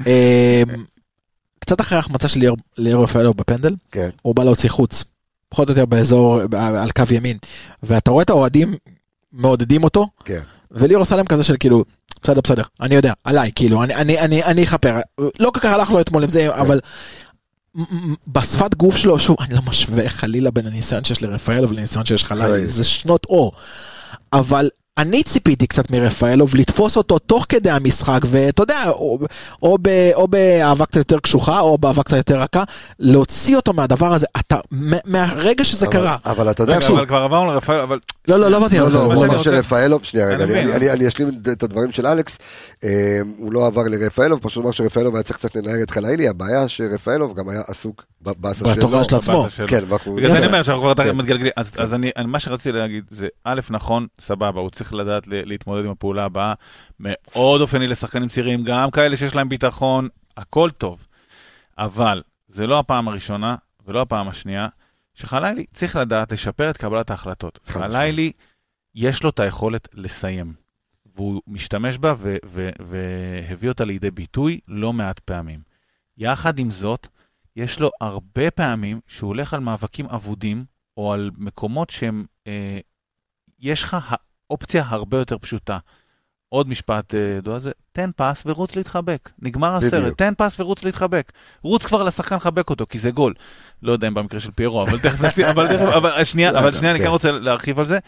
קצת אחרי החמצה של ליאור רפאלו בפנדל, הוא בא להוציא חוץ. פחות או יותר באזור, על קו ימין, ואתה רואה את האוהדים מעודדים אותו, כן. וליאור עושה להם כזה של כאילו, בסדר, בסדר, אני יודע, עליי, כאילו, אני, אני, אני, אני אחפר, לא כל כך הלך לו אתמול עם זה, כן. אבל בשפת גוף שלו, שוב, אני לא משווה חלילה בין הניסיון שיש לרפאלוב לניסיון שיש חלילה, זה שנות אור, אבל אני ציפיתי קצת מרפאלוב לתפוס אותו תוך כדי המשחק, ואתה יודע, או, או, ב, או באהבה קצת יותר קשוחה, או באהבה קצת יותר רכה, להוציא אותו מהדבר הזה, אתה, מהרגע שזה אבל, קרה. אבל אתה יודע, אבל כבר עברנו לרפאלוב, אבל... לא, לא, לא באתי. לא, לא, הוא אמר שרפאלוב, שנייה רגע, אני, אני, אני אשלים את הדברים של אלכס, הוא לא עבר לרפאלוב, פשוט אמר שרפאלוב היה צריך קצת לנהל את חלילי, הבעיה שרפאלוב גם היה עסוק באסה שלו. בתורה של עצמו. כן, בגלל זה אני אומר שאנחנו כבר מתגלגלים, אז מה שרציתי להגיד זה, א', נכון, סבבה, הוא צריך לדעת להתמודד עם הפעולה הבאה, מאוד אופני לשחקנים צעירים, גם כאלה שיש להם ביטחון, הכל טוב, אבל זה לא הפעם הראשונה ולא הפעם השנייה, שחלילי צריך לדעת לשפר את קבלת ההחלטות. חלילי יש לו את היכולת לסיים, והוא משתמש בה ו- ו- והביא אותה לידי ביטוי לא מעט פעמים. יחד עם זאת, יש לו הרבה פעמים שהוא הולך על מאבקים אבודים, או על מקומות שהם, אה, יש לך האופציה הרבה יותר פשוטה. עוד משפט דו הזה, תן פס ורוץ להתחבק. נגמר הסרט, תן פס ורוץ להתחבק. רוץ כבר לשחקן לחבק אותו, כי זה גול. לא יודע אם במקרה של פיירו, אבל תכף נסים, אבל תכף, אבל שנייה, אבל שנייה, אני כן רוצה להרחיב על זה.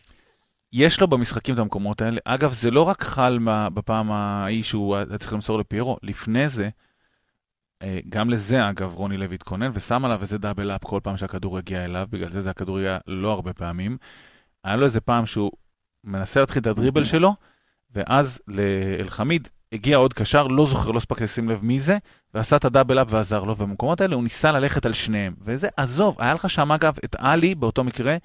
יש לו במשחקים את המקומות האלה. אגב, זה לא רק חל בפעם ההיא שהוא צריך למסור לפיירו. לפני זה, גם לזה, אגב, רוני לוי התכונן, ושם עליו איזה דאבל אפ כל פעם שהכדור הגיע אליו, בגלל זה זה הכדור הגיע לא הרבה פעמים. היה לו איזה פעם שהוא מנסה להתחיל את הדריבל שלו, ואז לאלחמיד הגיע עוד קשר, לא זוכר, לא ספק לשים לב מי זה, ועשה את הדאבל אפ ועזר לו, ובמקומות האלה הוא ניסה ללכת על שניהם, וזה, עזוב, היה לך שם אגב את אלי, באותו מקרה,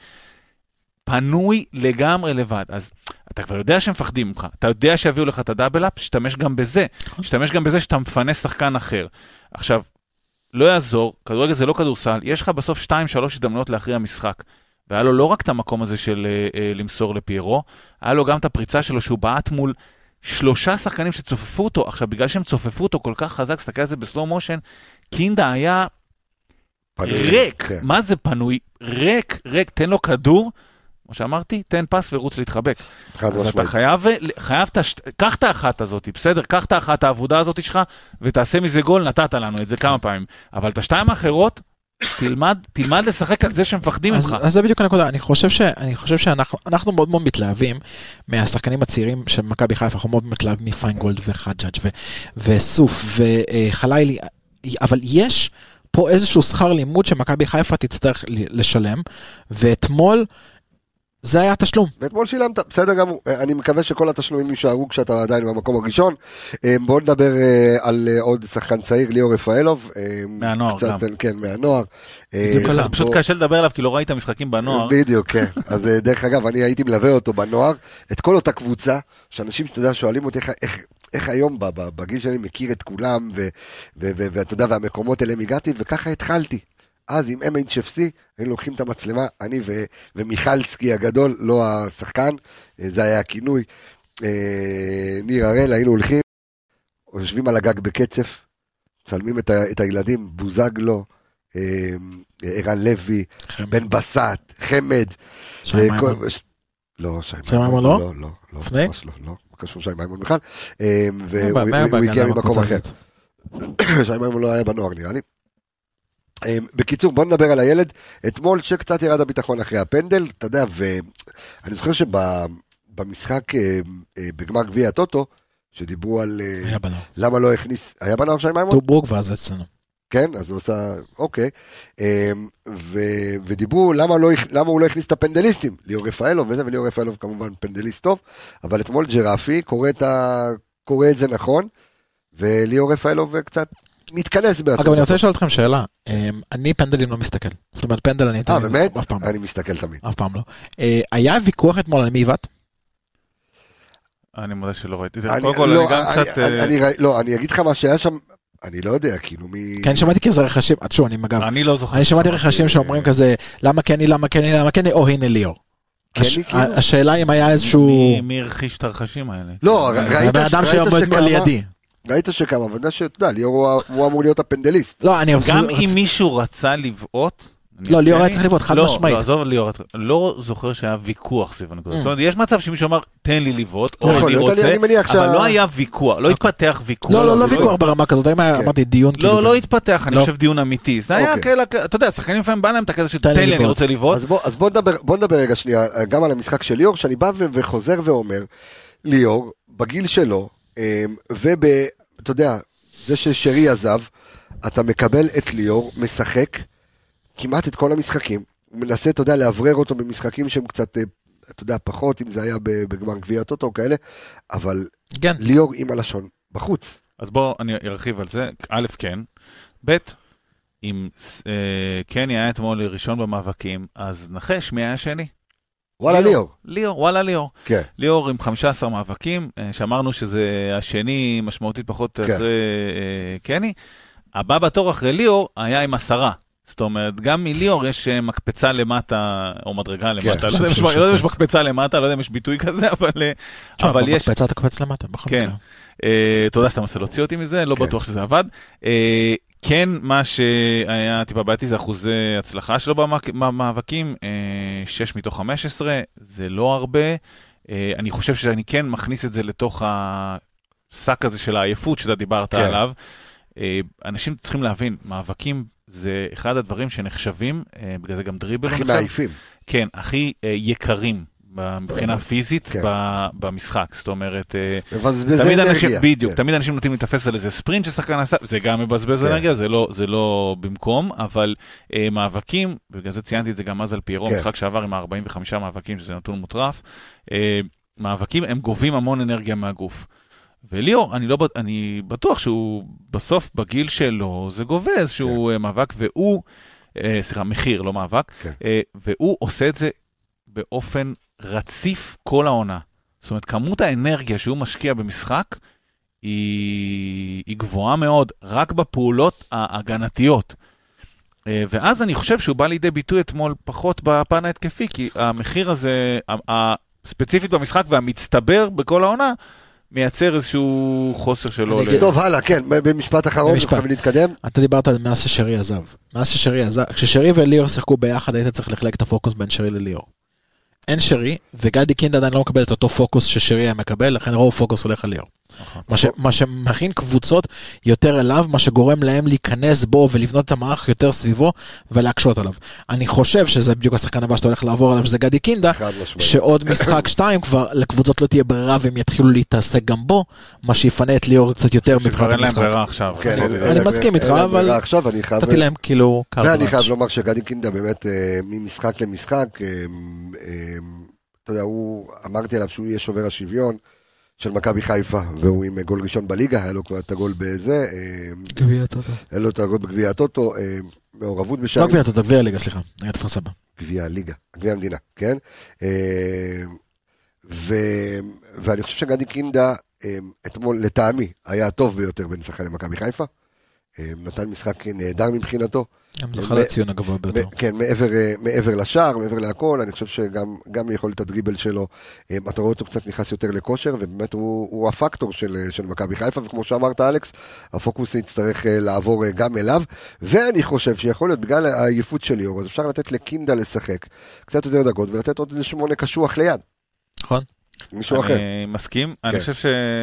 פנוי לגמרי לבד, אז אתה כבר יודע שהם מפחדים ממך, אתה יודע שיביאו לך את הדאבל אפ, שתמש גם בזה, שתמש גם בזה שאתה מפנה שחקן אחר. עכשיו, לא יעזור, כדורגל זה לא כדורסל, יש לך בסוף שתיים שלוש הזדמנויות להכריע משחק, והיה לו לא רק את המקום הזה של אה, למסור לפיירו, היה לו גם את הפריצה שלו שהוא בעט מול שלושה שחקנים שצופפו אותו. עכשיו, בגלל שהם צופפו אותו כל כך חזק, סתכל על זה בסלו מושן, קינדה היה פנוי, ריק. כן. מה זה פנוי? ריק, ריק, תן לו כדור, כמו שאמרתי, תן פס ורוץ להתחבק. אז אתה חייב, חייב, קח את האחת הזאת, בסדר? קח את האחת העבודה הזאת שלך, ותעשה מזה גול, נתת לנו את זה כמה פעמים. אבל את השתיים האחרות, תלמד, תלמד לשחק על זה שמפחדים ממך. אז זה בדיוק הנקודה. אני חושב ש, אני חושב שאנחנו, אנחנו מאוד מאוד מתלהבים מהשחקנים הצעירים של מכבי חיפה, אנחנו מאוד מתלהבים מפיינגולד וחג'אג' וסוף וחלילי, אבל יש פה איזשהו שכר לימוד שמכבי חיפה תצטרך לשלם, ואתמול זה היה תשלום. ואתמול שילמת, בסדר גם, אני מקווה שכל התשלומים יישארו כשאתה עדיין במקום הראשון. בואו נדבר על עוד שחקן צעיר, ליאור רפאלוב. מהנוער גם. כן, מהנוער. פשוט קשה לדבר עליו, כי לא ראית משחקים בנוער. בדיוק, כן. אז דרך אגב, אני הייתי מלווה אותו בנוער, את כל אותה קבוצה, שאנשים שאתה יודע שואלים אותי איך... איך היום בגיל שאני מכיר את כולם, ואתה יודע, והמקומות אליהם הגעתי, וככה התחלתי. אז עם אם אייץ' אף סי, היינו לוקחים את המצלמה, אני ו- ומיכלסקי הגדול, לא השחקן, זה היה הכינוי, ניר הראל, היינו הולכים, יושבים על הגג בקצף, צלמים את, ה- את הילדים, בוזגלו, ערן לוי, חמד. בן בסט, חמד, שי מימון. לא, שי מימון לא? לא, לא, לא, לפני? לא, לא, קשור שי מימון בכלל, והוא הגיע ממקום אחר. שי מימון לא היה בנוער, נראה לי. בקיצור, בוא נדבר על הילד. אתמול שקצת ירד הביטחון אחרי הפנדל, אתה יודע, ואני זוכר שבמשחק בגמר גביע הטוטו, שדיברו על למה לא הכניס, היה בנוער שי מימון? טוברוק ואז אצלנו. כן, אז הוא עושה, אוקיי, ודיברו למה הוא לא הכניס את הפנדליסטים, ליאור רפאלוב וזה, וליאור רפאלוב כמובן פנדליסט טוב, אבל אתמול ג'רפי קורא את זה נכון, וליאור רפאלוב קצת מתכנס בעצמו. אגב, אני רוצה לשאול אתכם שאלה, אני פנדלים לא מסתכל, זאת אומרת פנדל אני... אה, באמת? אני מסתכל תמיד. אף פעם לא. היה ויכוח אתמול על מי עיוות? אני מודה שלא ראיתי. קודם כל, אני גם קצת... לא, אני אגיד לך מה שהיה שם, אני לא יודע, כאילו מי... כן, שמעתי כזה רכשים, שוב, אני מגב. אני לא זוכר. אני שמעתי רכשים שאומרים כזה, למה כן, למה כן, למה כן, או הנה ליאור. השאלה אם היה איזשהו... מי הרחיש את הרכשים האלה? לא, ראית שכמה, אבל שאתה יודע, ליאור הוא אמור להיות הפנדליסט. לא, אני... גם אם מישהו רצה לבעוט, לא, ליאור היה צריך לבעוט, חד משמעית. לא, עזוב ליאור, לא זוכר שהיה ויכוח סביב הנקודה. זאת אומרת, יש מצב שמישהו אמר, תן לי לבעוט, או אני רוצה, אבל לא היה ויכוח, לא התפתח ויכוח. לא, לא, לא ויכוח ברמה כזאת, אמרתי דיון. לא, לא התפתח, אני חושב דיון אמיתי. זה היה כאלה, אתה יודע, שחקנים לפעמים בא להם את הכזה שתן לי, אני רוצה לבעוט. אז בוא נדבר רגע שנייה, גם על המשחק של ליאור, שאני בא וחוזר ואומר, ליאור, בגיל שלו, ואתה יודע, זה ששרי עזב, אתה מקבל את ליאור, משחק כמעט את כל המשחקים, הוא מנסה, אתה יודע, להברר אותו במשחקים שהם קצת, אתה יודע, פחות, אם זה היה בגמר גביע הטוטו או כאלה, אבל כן. ליאור עם הלשון בחוץ. אז בוא, אני ארחיב על זה. א', כן. ב', אם אה, קני היה אתמול ראשון במאבקים, אז נחש מי היה שני? וואלה ליאור. ליאור, ליאור וואלה ליאור. כן. ליאור עם חמישה עשר מאבקים, שאמרנו שזה השני משמעותית פחות כן. אחרי אה, קני. הבא בתור אחרי ליאור היה עם עשרה. זאת אומרת, גם מליאור יש מקפצה למטה, או מדרגה למטה, לא יודע אם יש מקפצה למטה, לא יודע אם יש ביטוי כזה, אבל יש... מקפצה אתה קפץ למטה, בכל מקרה. כן, תודה שאתה מנסה להוציא אותי מזה, לא בטוח שזה עבד. כן, מה שהיה טיפה בעייתי זה אחוזי הצלחה שלו במאבקים, שש מתוך חמש עשרה, זה לא הרבה. אני חושב שאני כן מכניס את זה לתוך השק הזה של העייפות שאתה דיברת עליו. אנשים צריכים להבין, מאבקים זה אחד הדברים שנחשבים, בגלל זה גם דריבל. הכי מעייפים. כן, הכי יקרים מבחינה פיזית במשחק. זאת אומרת, תמיד אנשים, בדיוק, תמיד אנשים נוטים להתאפס על איזה ספרינט ששחקן עשה, זה גם מבזבז אנרגיה, זה לא במקום, אבל מאבקים, בגלל זה ציינתי את זה גם אז על פיירו, משחק שעבר עם ארבעים וחמישה מאבקים, שזה נתון מוטרף, מאבקים הם גובים המון אנרגיה מהגוף. וליאור, אני, לא, אני בטוח שהוא בסוף בגיל שלו, זה גובה איזשהו yeah. מאבק, והוא, אה, סליחה, מחיר, לא מאבק, okay. אה, והוא עושה את זה באופן רציף כל העונה. זאת אומרת, כמות האנרגיה שהוא משקיע במשחק, היא, היא גבוהה מאוד, רק בפעולות ההגנתיות. אה, ואז אני חושב שהוא בא לידי ביטוי אתמול פחות בפן ההתקפי, כי המחיר הזה, הספציפית במשחק והמצטבר בכל העונה, מייצר איזשהו חוסר שלו. טוב, הלאה, כן, במשפט אחרון, אנחנו נתקדם. אתה דיברת על מאז ששרי עזב. מאז ששרי עזב, כששרי וליאור שיחקו ביחד, היית צריך לחלק את הפוקוס בין שרי לליאור. אין שרי, וגדי קינדה עדיין לא מקבל את אותו פוקוס ששרי היה מקבל, לכן רוב פוקוס הולך על ליאור. מה שמכין קבוצות יותר אליו, מה שגורם להם להיכנס בו ולבנות את המערך יותר סביבו ולהקשות עליו. אני חושב שזה בדיוק השחקן הבא שאתה הולך לעבור עליו, שזה גדי קינדה, שעוד משחק שתיים כבר לקבוצות לא תהיה ברירה והם יתחילו להתעסק גם בו, מה שיפנה את ליאור קצת יותר מבחינת המשחק. אני מסכים איתך, אבל נתתי להם כאילו... ואני חייב לומר שגדי קינדה באמת ממשחק למשחק, אתה יודע, אמרתי עליו שהוא יהיה שובר השוויון, של מכבי חיפה, והוא עם גול ראשון בליגה, היה לו כבר את הגול בזה. גביע הטוטו. היה לו את הגול בגביע הטוטו, מעורבות בשערים. לא גביע הטוטו, גביע הליגה, סליחה, נגד כפר סבא. גביע הליגה, גביע המדינה, כן? ואני חושב שגדי קינדה, אתמול לטעמי, היה הטוב ביותר בין שחקני מכבי חיפה, נתן משחק נהדר מבחינתו. גם זכה לציון הגבוה ביותר. כן, מעבר לשער, מעבר להכל, אני חושב שגם יכול את הדריבל שלו, אתה רואה אותו קצת נכנס יותר לכושר, ובאמת הוא הפקטור של מכבי חיפה, וכמו שאמרת אלכס, הפוקוס יצטרך לעבור גם אליו, ואני חושב שיכול להיות בגלל העייפות של ליאור, אז אפשר לתת לקינדה לשחק קצת יותר דקות, ולתת עוד איזה שמונה קשוח ליד. נכון. מישהו אחר. אני מסכים, אני חושב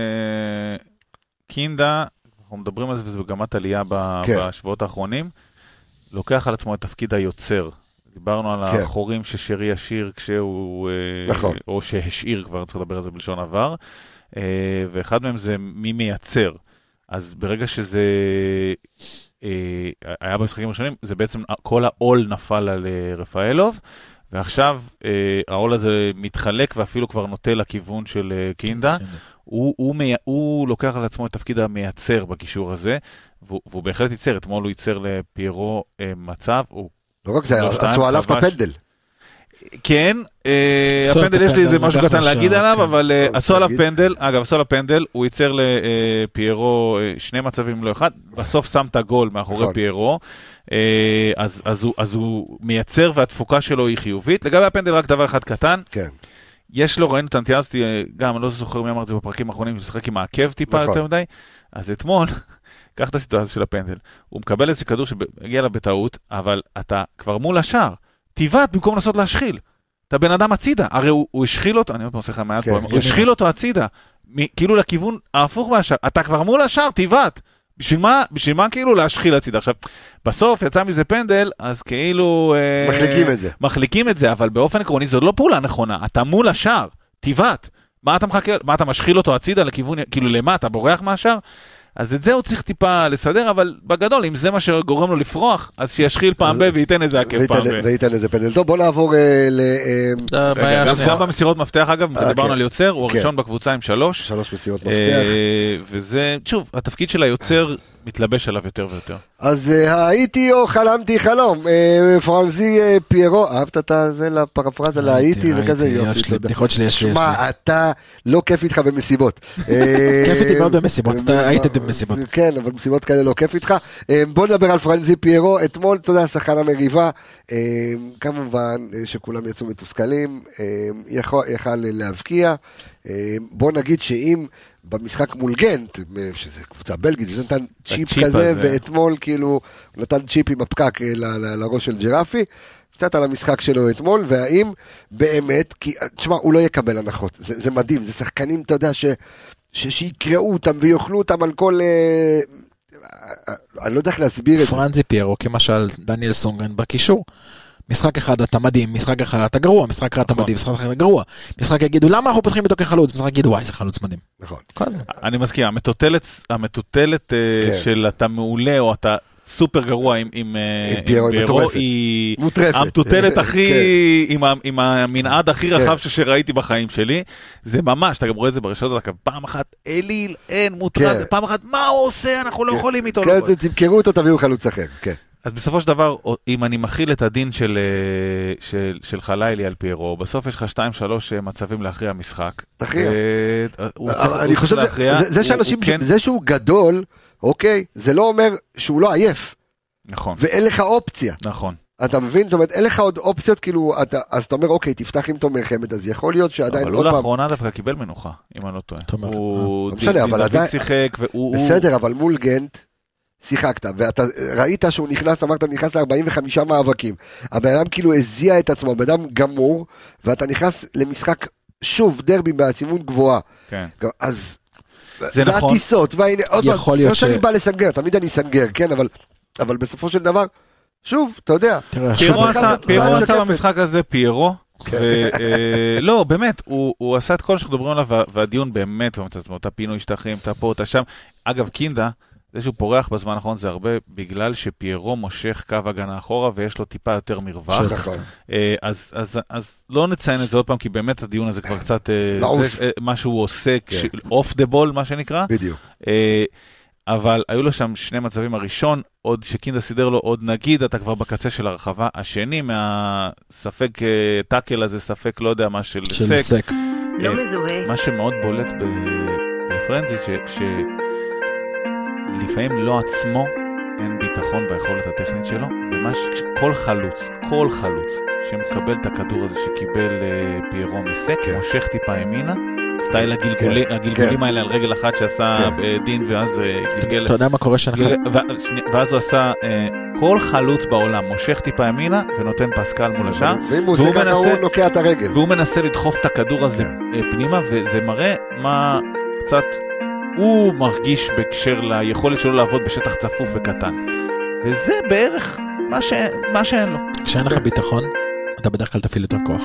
שקינדה, אנחנו מדברים על זה, וזה בגמת עלייה בשבועות האחרונים, לוקח על עצמו את תפקיד היוצר. דיברנו על החורים ששרי ישיר כשהוא, או שהשאיר כבר, צריך לדבר על זה בלשון עבר, ואחד מהם זה מי מייצר. אז ברגע שזה היה במשחקים הראשונים, זה בעצם כל העול נפל על רפאלוב, ועכשיו העול הזה מתחלק ואפילו כבר נוטה לכיוון של קינדה. הוא, הוא, הוא לוקח על עצמו את תפקיד המייצר בקישור הזה, והוא, והוא בהחלט ייצר, אתמול הוא ייצר לפיירו אה, מצב, הוא... לא רק זה, עשו עליו את הפנדל. כן, אה, הפנדל יש לי איזה משהו קטן להגיד עליו, כן. אבל אה, עשו עליו פנדל, אגב, עשו עליו פנדל, הוא ייצר לפיירו אה, שני מצבים לא אחד, בסוף שם את הגול מאחורי נכון. פיירו, אה, אז, אז, הוא, אז הוא מייצר והתפוקה שלו היא חיובית, לגבי הפנדל רק דבר אחד קטן, כן. יש לו, ראינו את הנטייה הזאת, גם, אני לא זוכר מי אמר את זה בפרקים האחרונים, הוא משחק עם העקב טיפה יותר מדי, אז אתמול, קח את הסיטואציה של הפנדל, הוא מקבל איזה כדור שהגיע לה בטעות, אבל אתה כבר מול השאר, תיבט במקום לנסות להשחיל. אתה בן אדם הצידה, הרי הוא, הוא השחיל אותו, אני עוד פעם עושה לך מעט פה, הוא השחיל אותו הצידה, כאילו לכיוון ההפוך מהשאר, אתה כבר מול השאר, תיבט. בשביל מה, בשביל מה כאילו להשחיל הצידה? עכשיו, בסוף יצא מזה פנדל, אז כאילו... מחליקים אה, את זה. מחליקים את זה, אבל באופן עקרוני זו לא פעולה נכונה, אתה מול השאר, תיבט. מה אתה מחכה, מה אתה משחיל אותו הצידה לכיוון, כאילו למה, אתה בורח מהשאר? אז את זה הוא צריך טיפה לסדר, אבל בגדול, אם זה מה שגורם לו לפרוח, אז שישחיל פעם ב וייתן איזה עקב פעם ב. וייתן איזה פנדל. טוב, בוא נעבור ל... גם במסירות מפתח, אגב, דיברנו על יוצר, הוא הראשון בקבוצה עם שלוש. שלוש מסירות מפתח. וזה, שוב, התפקיד של היוצר מתלבש עליו יותר ויותר. אז הייתי או חלמתי חלום, פרנזי פיירו, אהבת את זה לפרפרזה להייתי וכזה יופי, תודה. שמע, אתה לא כיף איתך במסיבות. כיף איתי מאוד במסיבות, אתה הייתי במסיבות. כן, אבל במסיבות כאלה לא כיף איתך. בוא נדבר על פרנזי פיירו, אתמול, אתה יודע, שחקן המריבה, כמובן שכולם יצאו מתוסכלים, יכל להבקיע, בוא נגיד שאם במשחק מול גנט, שזה קבוצה בלגית, זה נתן צ'יפ כזה, ואתמול כאילו, הוא נתן צ'יפ עם הפקק לראש של ג'רפי, קצת על המשחק שלו אתמול, והאם באמת, כי, תשמע, הוא לא יקבל הנחות, זה, זה מדהים, זה שחקנים, אתה יודע, ש, ש, שיקראו אותם ויוכלו אותם על כל, אני לא יודע איך להסביר את זה. פרנזי פיירו, כמשל דניאל סונגרן בקישור, משחק אחד אתה מדהים, משחק אחד אתה גרוע, משחק אחד אתה מדהים, משחק אחד אתה גרוע. משחק יגידו, למה אנחנו פותחים איתו כחלוץ? משחק יגידו, וואי, זה חלוץ מדהים. נכון. אני מסכים, המטוטלת של אתה מעולה, או אתה סופר גרוע עם פיירו, היא המטוטלת הכי, עם המנעד הכי רחב שראיתי בחיים שלי. זה ממש, אתה גם רואה את זה ברשתות, פעם אחת אליל, אין מוטרד, פעם אחת, מה הוא עושה? אנחנו לא יכולים איתו. כן, תמכרו אותו, תביאו חלוץ אחר, כן. אז בסופו של דבר, אם אני מכיל את הדין של, של, של חלילי על פיירו, בסוף יש לך שתיים שלוש מצבים להכריע משחק. תכריע. אני חושב, זה שאנשים, זה שהוא גדול, אוקיי, זה לא אומר שהוא לא עייף. נכון. ואין לך אופציה. נכון. אתה מבין? זאת אומרת, אין לך עוד אופציות, כאילו, אתה, אז אתה אומר, אוקיי, תפתח עם תומר חמד, אז יכול להיות שעדיין עוד פעם... אבל הוא לאחרונה דווקא קיבל מנוחה, אם אני לא טועה. הוא שיחק, והוא... בסדר, אבל מול גנט, שיחקת, ואתה ראית שהוא נכנס, אמרת, נכנס ל-ארבעים וחמישה מאבקים. הבן אדם כאילו הזיע את עצמו, בן אדם גמור, ואתה נכנס למשחק, שוב, דרבי בעצימות גבוהה. כן. אז... זה נכון. והטיסות, והנה, עוד פעם, זה לא שאני בא לסנגר, תמיד אני סנגר, כן, אבל, אבל בסופו של דבר, שוב, אתה יודע. פיירו עשה במשחק הזה פיירו, לא, באמת, הוא עשה את כל שאנחנו מדברים עליו, והדיון באמת, אותה פינוי שטחים, אתה פה, אתה שם. אגב, קינדה, זה שהוא פורח בזמן האחרון זה הרבה בגלל שפיירו מושך קו הגנה אחורה ויש לו טיפה יותר מרווח. אז, אז, אז לא נציין את זה עוד פעם, כי באמת הדיון הזה כבר קצת, זה מה שהוא עושה, אוף דה בול, מה שנקרא. בדיוק. אבל היו לו שם שני מצבים, הראשון, עוד שקינדה סידר לו, עוד נגיד, אתה כבר בקצה של הרחבה, השני מהספק טאקל הזה, ספק לא יודע מה של סק. מה שמאוד בולט בפרנזי, ש... לפעמים לא עצמו אין ביטחון ביכולת הטכנית שלו, ומה שכל חלוץ, כל חלוץ שמקבל את הכדור הזה שקיבל uh, פיירו מסק, כן. מושך טיפה ימינה, סטייל הגלגולים, כן. הגלגולים כן. האלה על רגל אחת שעשה כן. דין, ואז uh, גלגל... אתה יודע מה קורה שאנחנו... ואז הוא עשה, uh, כל חלוץ בעולם מושך טיפה ימינה, ונותן פסקל מול השאר, ואם הוא עושה ככה הוא נוקע את הרגל. והוא מנסה לדחוף את הכדור הזה כן. פנימה, וזה מראה מה קצת... הוא מרגיש בקשר ליכולת שלו לעבוד בשטח צפוף וקטן. וזה בערך מה, ש... מה שאין לו. כשאין לך ביטחון, אתה בדרך כלל תפעיל יותר כוח.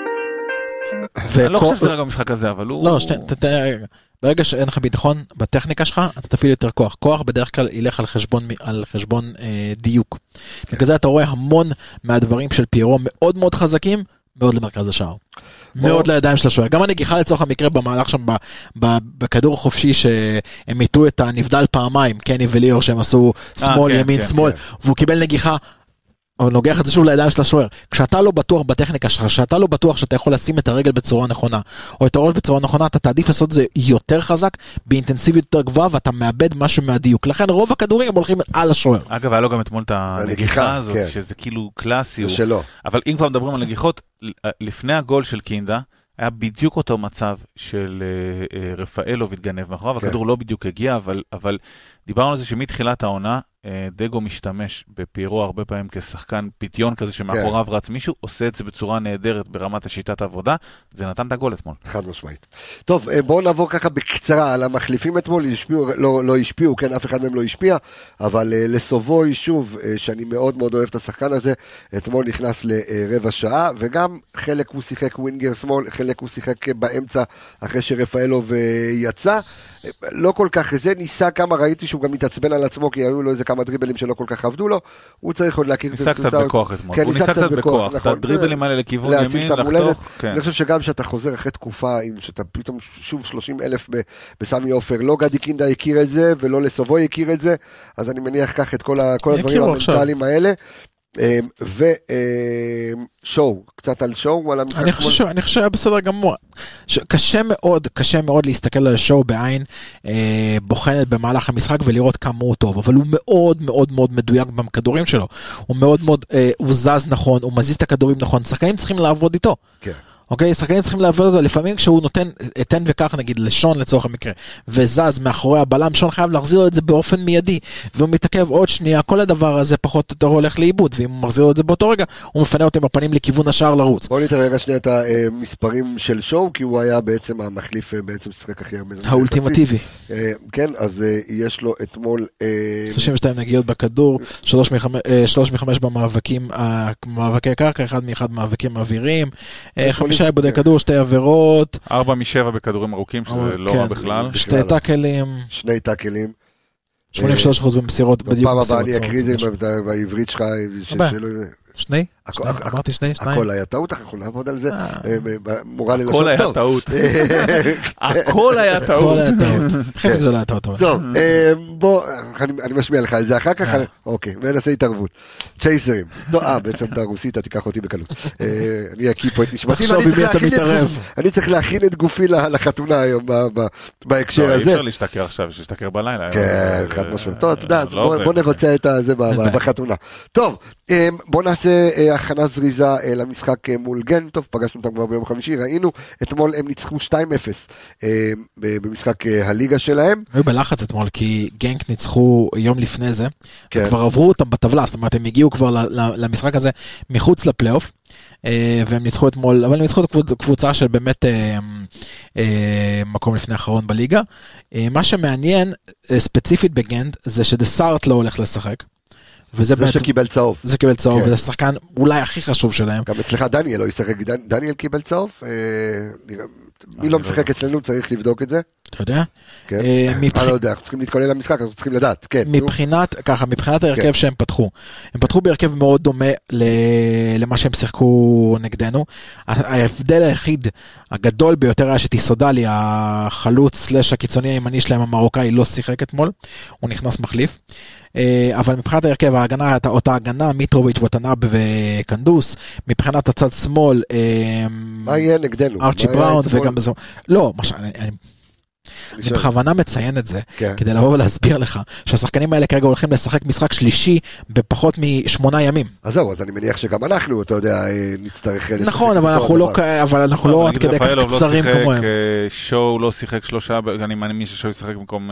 אני לא חושב שזה רגע במשחק הזה, אבל הוא... לא, ברגע שאין לך ביטחון בטכניקה שלך, אתה תפעיל יותר כוח. כוח בדרך כלל ילך על חשבון, על חשבון דיוק. בגלל זה אתה רואה המון מהדברים של פיירו מאוד מאוד חזקים, מאוד למרכז השער. מאוד לידיים של השוער. גם הנגיחה לצורך המקרה במהלך שם בכדור חופשי שהם איתו את הנבדל פעמיים, קני וליאור שהם עשו שמאל, ימין, שמאל, והוא קיבל נגיחה, אבל נוגח את זה שוב לידיים של השוער. כשאתה לא בטוח בטכניקה שלך, כשאתה לא בטוח שאתה יכול לשים את הרגל בצורה נכונה, או את הראש בצורה נכונה, אתה תעדיף לעשות זה יותר חזק, באינטנסיביות יותר גבוהה, ואתה מאבד משהו מהדיוק. לכן רוב הכדורים הם הולכים על השוער. אגב, היה לו גם אתמול את הנגיחה הזאת, שזה כאילו קלאסי. זה שלו. אבל אם כבר מדברים על נגיחות, לפני הגול של קינדה, היה בדיוק אותו מצב של רפאלוב התגנב מאחוריו, הכדור לא בדיוק הגיע, אבל דיברנו על זה שמתחילת העונה, דגו משתמש בפיירו הרבה פעמים כשחקן פיתיון כזה שמאחוריו רץ מישהו, עושה את זה בצורה נהדרת ברמת השיטת העבודה, זה נתן את הגול אתמול. חד משמעית. טוב, בואו נעבור ככה בקצרה על המחליפים אתמול, השפיעו, לא, לא השפיעו, כן, אף אחד מהם לא השפיע, אבל לסובוי שוב, שאני מאוד מאוד אוהב את השחקן הזה, אתמול נכנס לרבע שעה, וגם חלק הוא שיחק ווינגר שמאל, חלק הוא שיחק באמצע אחרי שרפאלוב יצא, לא כל כך, זה ניסה כמה, ראיתי שהוא גם מתעצבן על עצמו, כי היו לו איזה כמה דריבלים שלא כל כך עבדו לו, הוא צריך עוד להכיר את זה. ניסה קצת בכוח אתמול, הוא ניסה קצת בכוח, את הדריבלים האלה לכיוון ימין, לחתוך. אני חושב שגם שאתה חוזר אחרי תקופה, שאתה פתאום שוב שלושים אלף בסמי אופר, לא גדי קינדה הכיר את זה, ולא לסובוי הכיר את זה, אז אני מניח כך את כל הדברים המנטליים האלה. ושואו, קצת על שואו, על המשחק. אני חושב, אני חושב שהיה בסדר גמור. קשה מאוד, קשה מאוד להסתכל על שואו בעין בוחנת במהלך המשחק ולראות כמה הוא טוב, אבל הוא מאוד מאוד מאוד מדויק בכדורים שלו. הוא מאוד מאוד, הוא זז נכון, הוא מזיז את הכדורים נכון, שחקנים צריכים לעבוד איתו. כן. אוקיי, שחקנים צריכים לעבוד אותו, לפעמים כשהוא נותן, תן וכך נגיד, לשון לצורך המקרה, וזז מאחורי הבלם, שון חייב להחזיר לו את זה באופן מיידי, והוא מתעכב עוד שנייה, כל הדבר הזה פחות או יותר הולך לאיבוד, ואם הוא מחזיר לו את זה באותו רגע, הוא מפנה אותם בפנים לכיוון השער לרוץ. בואו ניתן רגע שנייה את המספרים של שואו, כי הוא היה בעצם המחליף, בעצם שחק הכי הרבה. האולטימטיבי. כן, אז יש לו אתמול שלושים ושתיים נגיעות בכדור, שלוש מחמש במאבקים, מאבקי קרקע, אחד מאחד מאבקים אוויריים, חמישה עיבודי כדור, שתי עבירות. ארבע משבע בכדורים ארוכים, שזה לא רע בכלל. שתי טאקלים. שני טאקלים. שמונים ושלושה אחוז במסירות. פעם הבאה אני אקריא את זה בעברית שלך. שני? אמרתי שני, שניים. הכל היה טעות, אנחנו נעבוד על זה. מורה ללשון טוב. הכל היה טעות. הכל היה טעות. הכל היה טעות. חצי מזה לא היה טעות. טוב, בוא, אני משמיע לך את זה אחר כך. אוקיי, ונעשה התערבות. צ'ייסרים. אה, בעצם אתה רוסית, תיקח אותי בקלות. אני אקיא פה את נשמתי. תחשוב עם מי אתה מתערב. אני צריך להכין את גופי לחתונה היום בהקשר הזה. אי אפשר להשתכר עכשיו, שישתכר בלילה. כן, חד משמעית. טוב, אתה יודע, בוא נבצע את זה בחתונה. טוב, בוא נעשה הכנה זריזה למשחק מול גנטוב, פגשנו אותם כבר ביום חמישי, ראינו, אתמול הם ניצחו שתיים אפס במשחק הליגה שלהם. היו בלחץ אתמול, כי גנק ניצחו יום לפני זה, וכבר עברו אותם בטבלה, זאת אומרת, הם הגיעו כבר למשחק הזה מחוץ לפלייאוף, והם ניצחו אתמול, אבל הם ניצחו את הקבוצה של באמת מקום לפני האחרון בליגה. מה שמעניין ספציפית בגנט, זה שדסארט לא הולך לשחק. וזה זה שקיבל צהוב. זה קיבל צהוב, וזה שחקן אולי הכי חשוב שלהם. גם אצלך דניאל לא ישחק, דניאל קיבל צהוב, מי לא משחק אצלנו, צריך לבדוק את זה. אתה יודע? כן, אני לא יודע, אנחנו צריכים להתכונן למשחק, אנחנו צריכים לדעת, כן. מבחינת, ככה, מבחינת ההרכב שהם פתחו, הם פתחו בהרכב מאוד דומה למה שהם שיחקו נגדנו, ההבדל היחיד, הגדול ביותר היה שטיסודלי, החלוץ סלש הקיצוני הימני שלהם, המרוקאי, לא שיחק אתמול, הוא נכנס מחליף, אבל מבחינת ההרכב, ההגנה, אותה הגנה, מיטרוביץ' וטנאב וקנדוס, מבחינת הצד שמאל, מה יהיה נגדנו? ארצ'י בראון וגם בזה, לא, מה שאני... אני בכוונה מציין את זה, כדי לבוא ולהסביר לך, שהשחקנים האלה כרגע הולכים לשחק משחק שלישי בפחות משמונה ימים. אז זהו, אז אני מניח שגם אנחנו, אתה יודע, נצטרך... נכון, אבל אנחנו לא עד כדי כך קצרים כמוהם. שואו לא שיחק שלושה, אני מאמין ששואו ישחק במקום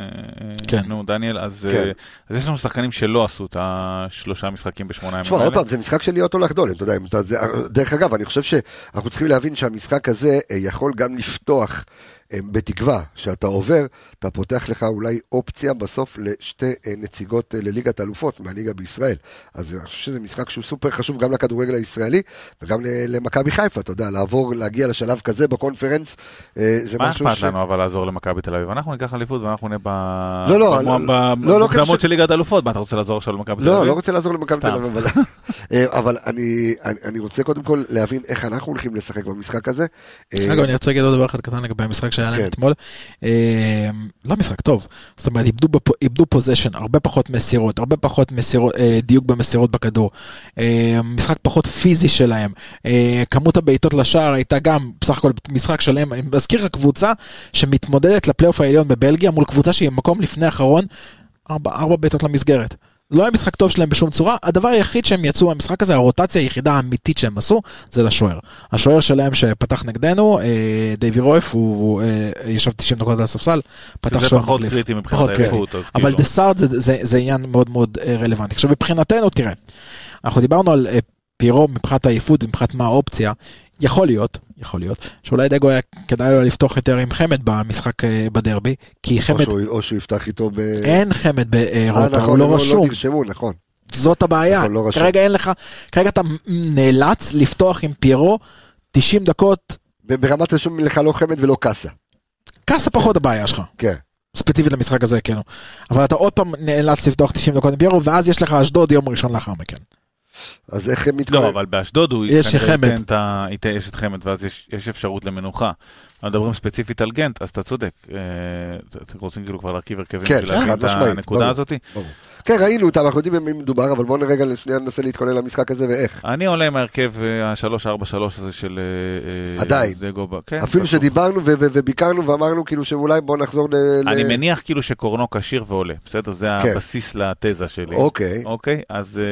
דניאל, אז יש לנו שחקנים שלא עשו את השלושה משחקים בשמונה ימים. תשמע, עוד פעם, זה משחק של להיות או לחדול, אתה יודע, דרך אגב, אני חושב שאנחנו צריכים להבין שהמשחק הזה יכול גם לפתוח בתקווה שאתה עובר, אתה פותח לך אולי אופציה בסוף לשתי נציגות לליגת האלופות מהליגה בישראל. אז אני חושב שזה משחק שהוא סופר חשוב גם לכדורגל הישראלי, וגם למכבי חיפה, אתה יודע, לעבור, להגיע לשלב כזה בקונפרנס, זה משהו ש... מה אכפת לנו אבל לעזור למכבי תל אביב? אנחנו ניקח אליפות ואנחנו נהיה במוקדמות של ליגת האלופות. מה אתה רוצה לעזור עכשיו למכבי תל אביב? לא, לא רוצה לעזור למכבי תל אביב, אבל אני רוצה קודם כל להבין איך אנחנו הולכים לשחק במשחק הזה. אגב, אני רוצה להגיד עוד דבר אחד קטן לגבי המשחק שהיה להם אתמול, לא משחק טוב, זאת אומרת, איבדו פוזיישן, הרבה פחות מסירות, הרבה פחות דיוק במסירות בכדור, משחק פחות פיזי שלהם, כמות הבעיטות לשער הייתה גם, בסך הכל משחק שלהם, אני מזכיר לך קבוצה שמתמודדת לפלייאוף העליון בבלגיה, מול קבוצה שהיא מקום לפני האחרון, ארבע בעיטות למסגרת. לא היה משחק טוב שלהם בשום צורה, הדבר היחיד שהם יצאו מהמשחק הזה, הרוטציה היחידה האמיתית שהם עשו, זה לשוער. השוער שלהם שפתח נגדנו, דייבי רויף, הוא ישב תשעים דקות על הספסל, פתח שוער פחות קריטי מבחינת האיכות. אבל דסארד זה עניין מאוד מאוד רלוונטי. עכשיו מבחינתנו, תראה, אנחנו דיברנו על פירו מבחינת העייפות ומבחינת מה האופציה, יכול להיות, יכול להיות, שאולי דגו היה כדאי לו לפתוח יותר עם חמד במשחק בדרבי, כי חמד... או שהוא יפתח איתו ב... אין חמד באירופה, הוא לא רשום. לא נרשמו, נכון. זאת הבעיה. כרגע אין לך, כרגע אתה נאלץ לפתוח עם פירו תשעים דקות. ברמת רשום לך לא חמד ולא קאסה. קאסה פחות הבעיה שלך. כן. ספציפית למשחק הזה, כן. אבל אתה עוד פעם נאלץ לפתוח תשעים דקות עם פירו, ואז יש לך אשדוד יום ראשון לאחר מכן. אז איך הם מתקרב? לא, אבל באשדוד הוא יש חמד. יש את חמד, ואז יש, יש אפשרות למנוחה. מדברים ספציפית על גנט, אז אתה צודק. אתם רוצים כאילו כבר להרכיב הרכבים כן, של להכין את הנקודה הזאת? כן, ראינו אותם, אנחנו יודעים במי מדובר, אבל בואו נרגע לשנייה ננסה להתכונן למשחק הזה ואיך. אני עולה עם ההרכב ה-שלוש ארבע שלוש הזה של עדיין. אפילו שדיברנו וביקרנו ואמרנו כאילו שאולי בואו נחזור ל... אני מניח כאילו שקורנו קשיר ועולה, בסדר? זה הבסיס לתזה שלי. אוקיי. אוקיי, אז...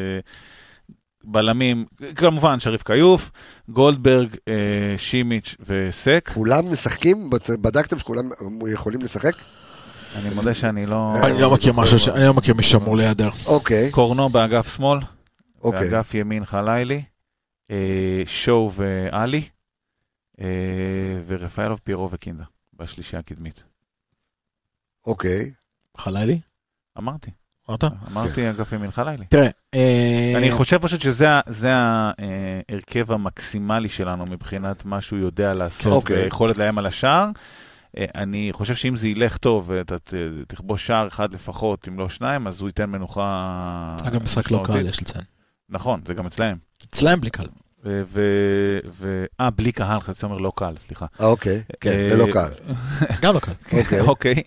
בלמים, כמובן שריף קיוף, גולדברג, שימיץ' וסק. כולם משחקים? בדקתם שכולם יכולים לשחק? אני מודה שאני לא... אני לא מכיר משהו, אני לא מכיר מי שאמור לידר. אוקיי. קורנו באגף שמאל, באגף ימין חלילי, שואו ואלי, ורפאלוב, פירו וקינדה, בשלישייה הקדמית. אוקיי. חלילי? אמרתי. אמרת? אמרתי אגף ימין חלילי. תראה, אני חושב פשוט שזה ההרכב המקסימלי שלנו מבחינת מה שהוא יודע לעשות, ויכולת להם על השער. אני חושב שאם זה ילך טוב, ואתה תכבוש שער אחד לפחות, אם לא שניים, אז הוא ייתן מנוחה... אגב, משחק לא קל, יש לציין. נכון, זה גם אצלהם. אצלהם בלי קל. ו... אה, בלי קהל, חצי אומר לא קל, סליחה. אוקיי, כן, זה לא קל. גם לא קל. אוקיי.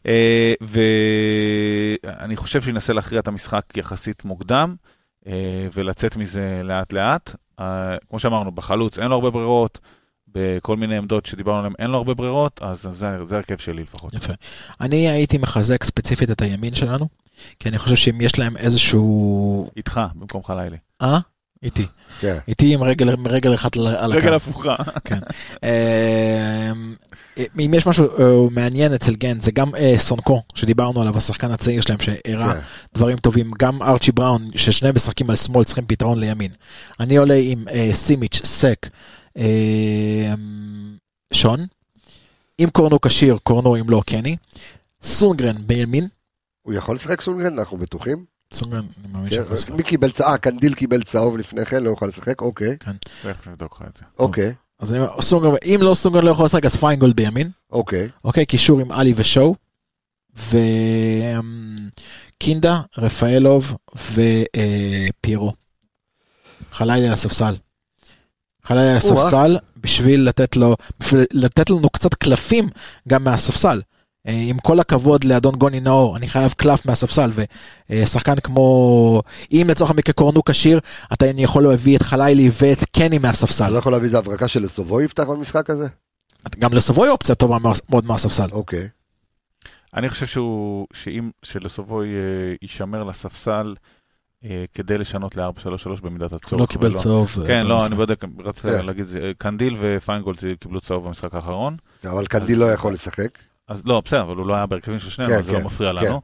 ואני חושב שינסה להכריע את המשחק יחסית מוקדם, ולצאת מזה לאט לאט. כמו שאמרנו, בחלוץ אין לו הרבה ברירות, בכל מיני עמדות שדיברנו עליהן אין לו הרבה ברירות, אז זה הרכב שלי לפחות. יפה. אני הייתי מחזק ספציפית את הימין שלנו, כי אני חושב שאם יש להם איזשהו... איתך, במקום חלילי. אה? איתי. איתי עם רגל אחת על הקו. רגל הפוכה. כן. אם יש משהו מעניין אצל גנט, זה גם סונקו, שדיברנו עליו, השחקן הצעיר שלהם, שהראה דברים טובים, גם ארצ'י בראון, ששני משחקים על שמאל צריכים פתרון לימין. אני עולה עם סימיץ', סק, שון, אם קורנו קשיר, קורנו אם לא קני, סונגרן בימין. הוא יכול לשחק סונגרן, אנחנו בטוחים? סונגרן, אני מאמין שיכול לשחק. מי קיבל צעה, קנדיל קיבל צהוב לפני כן, לא יוכל לשחק, אוקיי. כן. איך נבדוק לך את זה. אוקיי. אז אני אומר, סונגרן, אם לא סונגרן לא יכול לשחק, אז פיינגולד בימין. אוקיי. אוקיי, קישור עם אלי ושואו, וקינדה, רפאלוב ופירו. חלילי לספסל. חלילי לספסל, בשביל לתת לו, בשביל לתת לנו קצת קלפים גם מהספסל. עם כל הכבוד לאדון גוני נאור, אני חייב קלף מהספסל, ושחקן כמו, אם לצורך המקרה קורנו קשיר, אתה יכול להביא את חלילי ואת קני מהספסל. אתה לא יכול להביא את ההברקה של לסובוי יפתח במשחק הזה? גם לסובוי אופציה טובה מאוד מהספסל. אוקיי. אני חושב שהוא, שאם שלסובוי יישמר לספסל, כדי לשנות ל-ארבע שלוש שלוש במידת הצורך. לא קיבל צהוב. כן, לא, אני בודק, רציתי להגיד, קנדיל ופיינגולד קיבלו צהוב במשחק האחרון. אבל קנדיל לא יכול לשחק. אז לא, בסדר, אבל הוא לא היה בהרכבים של שניהם, אז זה לא מפריע לנו.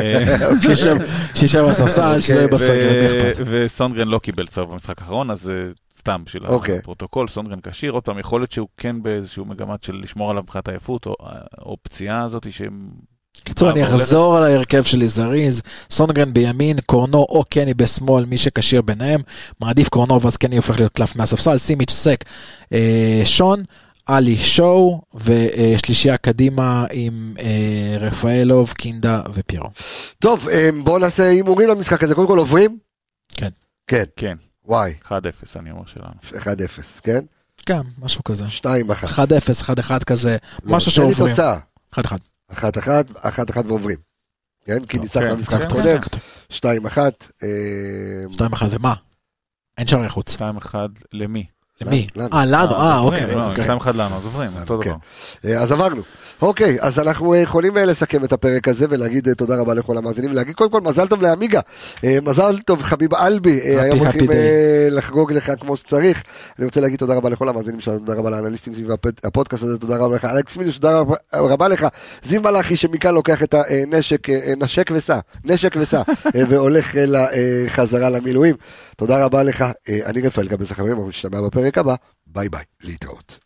שישה בספסל, שלא בסגל, וסונגרן לא קיבל צהוב במשחק האחרון, אז סתם בשביל הפרוטוקול, סונגרן קשיר, עוד פעם, יכול להיות שהוא כן באיזשהו מגמת של לשמור עליו מבחינת העייפות, או פציעה הזאת שהם... קיצור, אני אחזור על ההרכב שלי זריז, סונגרן בימין, קורנו או קני בשמאל, מי שקשיר ביניהם, מעדיף קורנו, ואז קני הופך להיות קלף מהספסל, סימיץ' סק, שון, אלי שואו, ושלישייה קדימה עם רפאלוב, קינדה ופירו. טוב, בואו נעשה אימורים למשחק הזה, קודם כל עוברים? כן. כן. כן. וואי. אחד אפס, אני אומר שלנו. אחד אפס, כן? גם, משהו כזה. שתיים אחת. אחד אפס, אחד אחד כזה, משהו שעוברים. אחד אחד. אחת אחת, אחת אחת ועוברים. כן? כי ניצחת המשחק הקודם. שתיים אחת. שתיים אחת ומה? אין שערי חוץ. שתיים אחת למי? למי? אה, לנו, אה, אוקיי. שתיים אחד לנו, אז עוברים, אותו דבר. אז עברנו. אוקיי, אז אנחנו יכולים לסכם את הפרק הזה, ולהגיד תודה רבה לכל המאזינים, ולהגיד קודם כל מזל טוב לעמיגה, מזל טוב חביב אלבי, היום הולכים לחגוג לך כמו שצריך. אני רוצה להגיד תודה רבה לכל המאזינים שלנו, תודה רבה לאנליסטים סביב הפודקאסט הזה, תודה רבה לך, אלכס מידוש, תודה רבה לך, זיו מלאכי שמכאן לוקח את הנשק, נשק וסע, נשק וסע, והולך לחזרה למילואים. תודה רבה לך, אני רפאל גבס החברים, אנחנו נשתמע בפרק הבא, ביי ביי, להתראות.